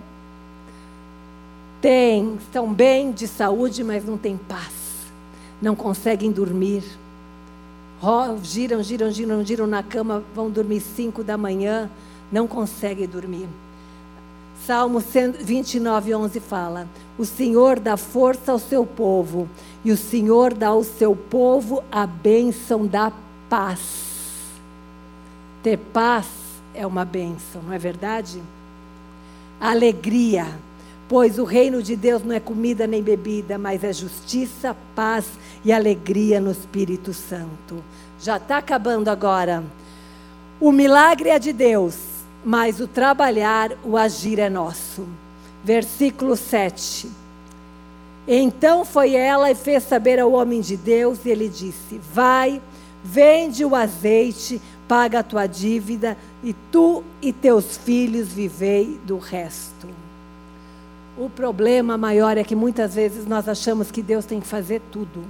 estão bem de saúde, mas não têm paz, não conseguem dormir, giram na cama, vão dormir 5 da manhã, não conseguem dormir. Salmo 29:11 fala: o Senhor dá força ao seu povo, e o Senhor dá ao seu povo a bênção da paz. Ter paz é uma bênção, não é verdade? Alegria, pois o reino de Deus não é comida nem bebida, mas é justiça, paz e alegria no Espírito Santo. Já está acabando agora. O milagre é de Deus, mas o trabalhar, o agir é nosso. Versículo 7. Então foi ela e fez saber ao homem de Deus, e ele disse: vai, vende o azeite, paga a tua dívida, e tu e teus filhos vivei do resto. O problema maior é que muitas vezes nós achamos que Deus tem que fazer tudo.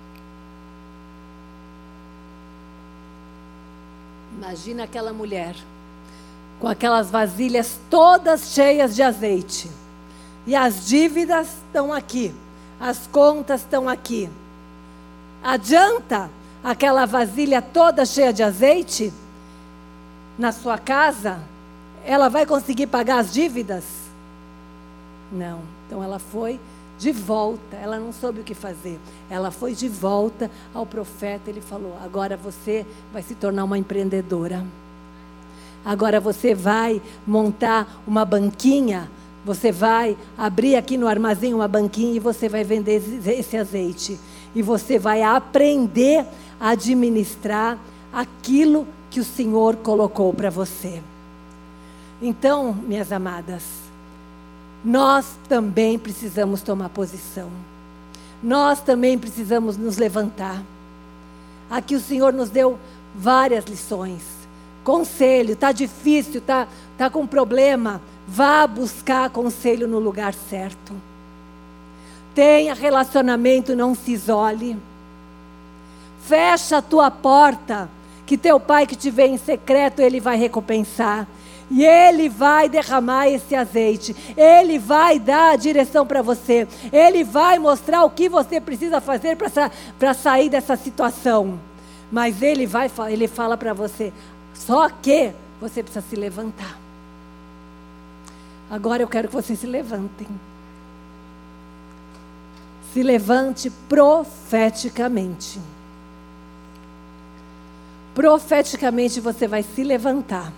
Imagina aquela mulher com aquelas vasilhas todas cheias de azeite. E as dívidas estão aqui, as contas estão aqui. Adianta aquela vasilha toda cheia de azeite na sua casa? Ela vai conseguir pagar as dívidas? Não. Então ela foi de volta, ela não soube o que fazer. Ela foi de volta ao profeta, ele falou: agora você vai se tornar uma empreendedora. Agora você vai montar uma banquinha, você vai abrir aqui no armazém uma banquinha e você vai vender esse azeite. E você vai aprender a administrar aquilo que o Senhor colocou para você. Então, minhas amadas, nós também precisamos tomar posição. Nós também precisamos nos levantar. Aqui o Senhor nos deu várias lições. Conselho, está difícil, tá com problema. Vá buscar conselho no lugar certo. Tenha relacionamento, não se isole. Fecha a tua porta, que teu pai que te vê em secreto, ele vai recompensar. E ele vai derramar esse azeite. Ele vai dar a direção para você. Ele vai mostrar o que você precisa fazer para sair dessa situação. Mas ele fala para você, só que você precisa se levantar. Agora eu quero que vocês se levantem. Se levante profeticamente. Profeticamente você vai se levantar.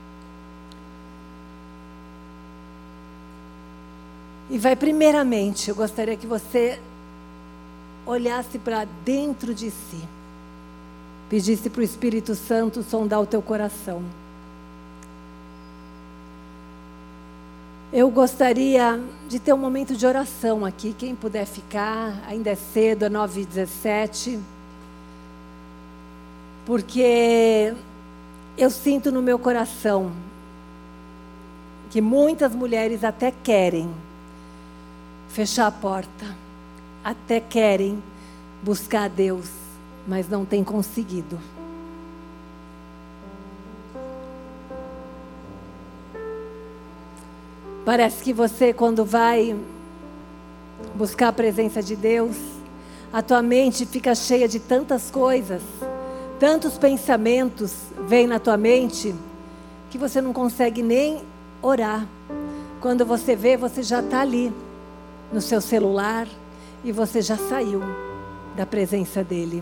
E vai primeiramente, eu gostaria que você olhasse para dentro de si. Pedisse para o Espírito Santo sondar o teu coração. Eu gostaria de ter um momento de oração aqui. Quem puder ficar, ainda é cedo, é 9h17. Porque eu sinto no meu coração que muitas mulheres até querem fechar a porta, até querem buscar a Deus, mas não têm conseguido. Parece que você, quando vai buscar a presença de Deus, a tua mente fica cheia de tantas coisas, tantos pensamentos vêm na tua mente, que você não consegue nem orar. Quando você vê, você já está ali, no seu celular, e você já saiu da presença dEle.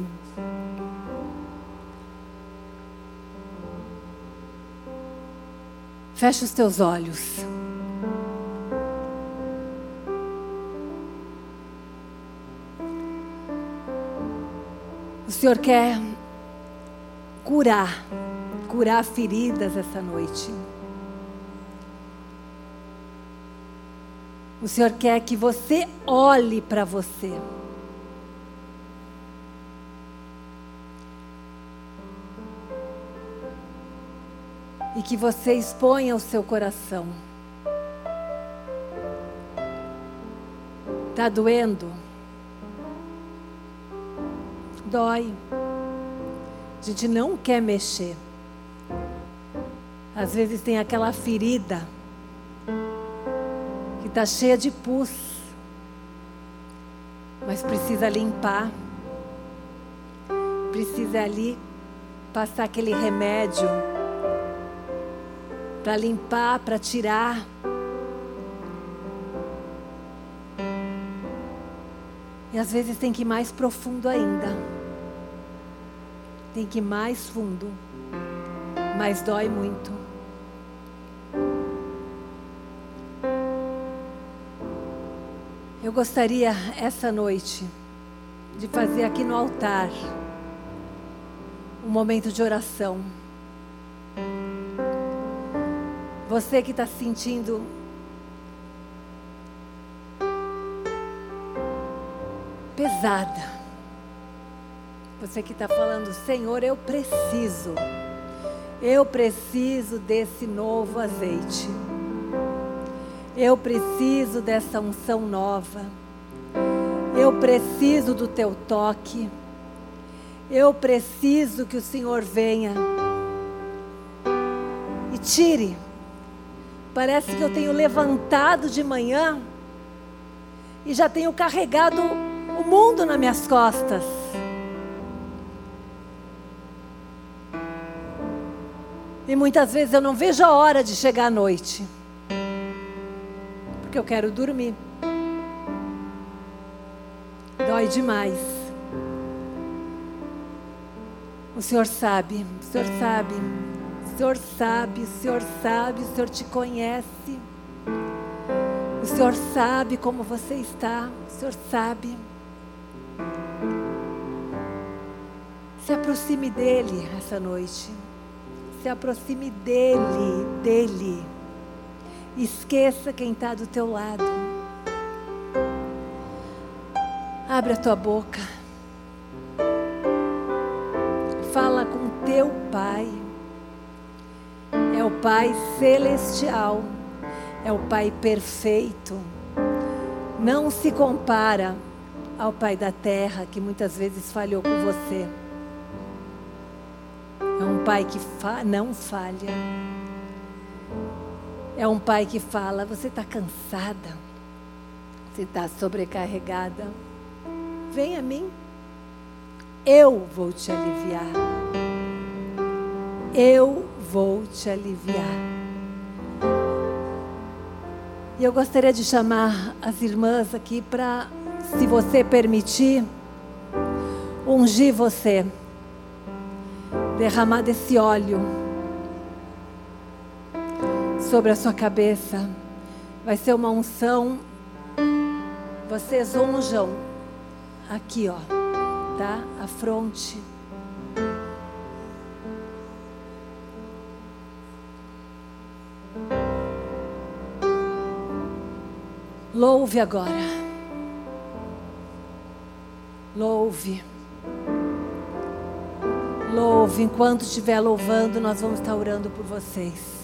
Fecha os teus olhos. O Senhor quer curar feridas essa noite. O Senhor quer que você olhe para você. E que você exponha o seu coração. Está doendo? Dói. A gente não quer mexer. Às vezes tem aquela ferida que está cheia de pus, mas precisa limpar. Precisa ali passar aquele remédio para limpar, para tirar. E às vezes tem que ir mais profundo ainda. Tem que ir mais fundo. Mas dói muito. Eu gostaria essa noite de fazer aqui no altar um momento de oração. Você que está se sentindo pesada. Você que está falando, Senhor, eu preciso desse novo azeite. Eu preciso dessa unção nova. Eu preciso do teu toque. Eu preciso que o Senhor venha e tire. Parece que eu tenho levantado de manhã e já tenho carregado o mundo nas minhas costas. E muitas vezes eu não vejo a hora de chegar à noite, porque eu quero dormir. Dói demais. O Senhor sabe, o Senhor sabe, o Senhor sabe, o Senhor sabe, o Senhor te conhece. O Senhor sabe como você está, o Senhor sabe. Se aproxime dEle essa noite. Se aproxime dEle. Esqueça quem está do teu lado. Abre a tua boca. Fala com teu Pai. é o Pai celestial, é o Pai perfeito. Não se compara ao Pai da terra, que muitas vezes falhou com você. É um Pai que não falha. É um Pai que fala: você está cansada, você está sobrecarregada, vem a mim, eu vou te aliviar. Eu vou te aliviar. E eu gostaria de chamar as irmãs aqui para, se você permitir, ungir você, derramar desse óleo sobre a sua cabeça. Vai ser uma unção. Vocês unjam aqui, ó, tá? A fronte. Louve agora. Louve. Louve. Enquanto estiver louvando, nós vamos estar orando por vocês.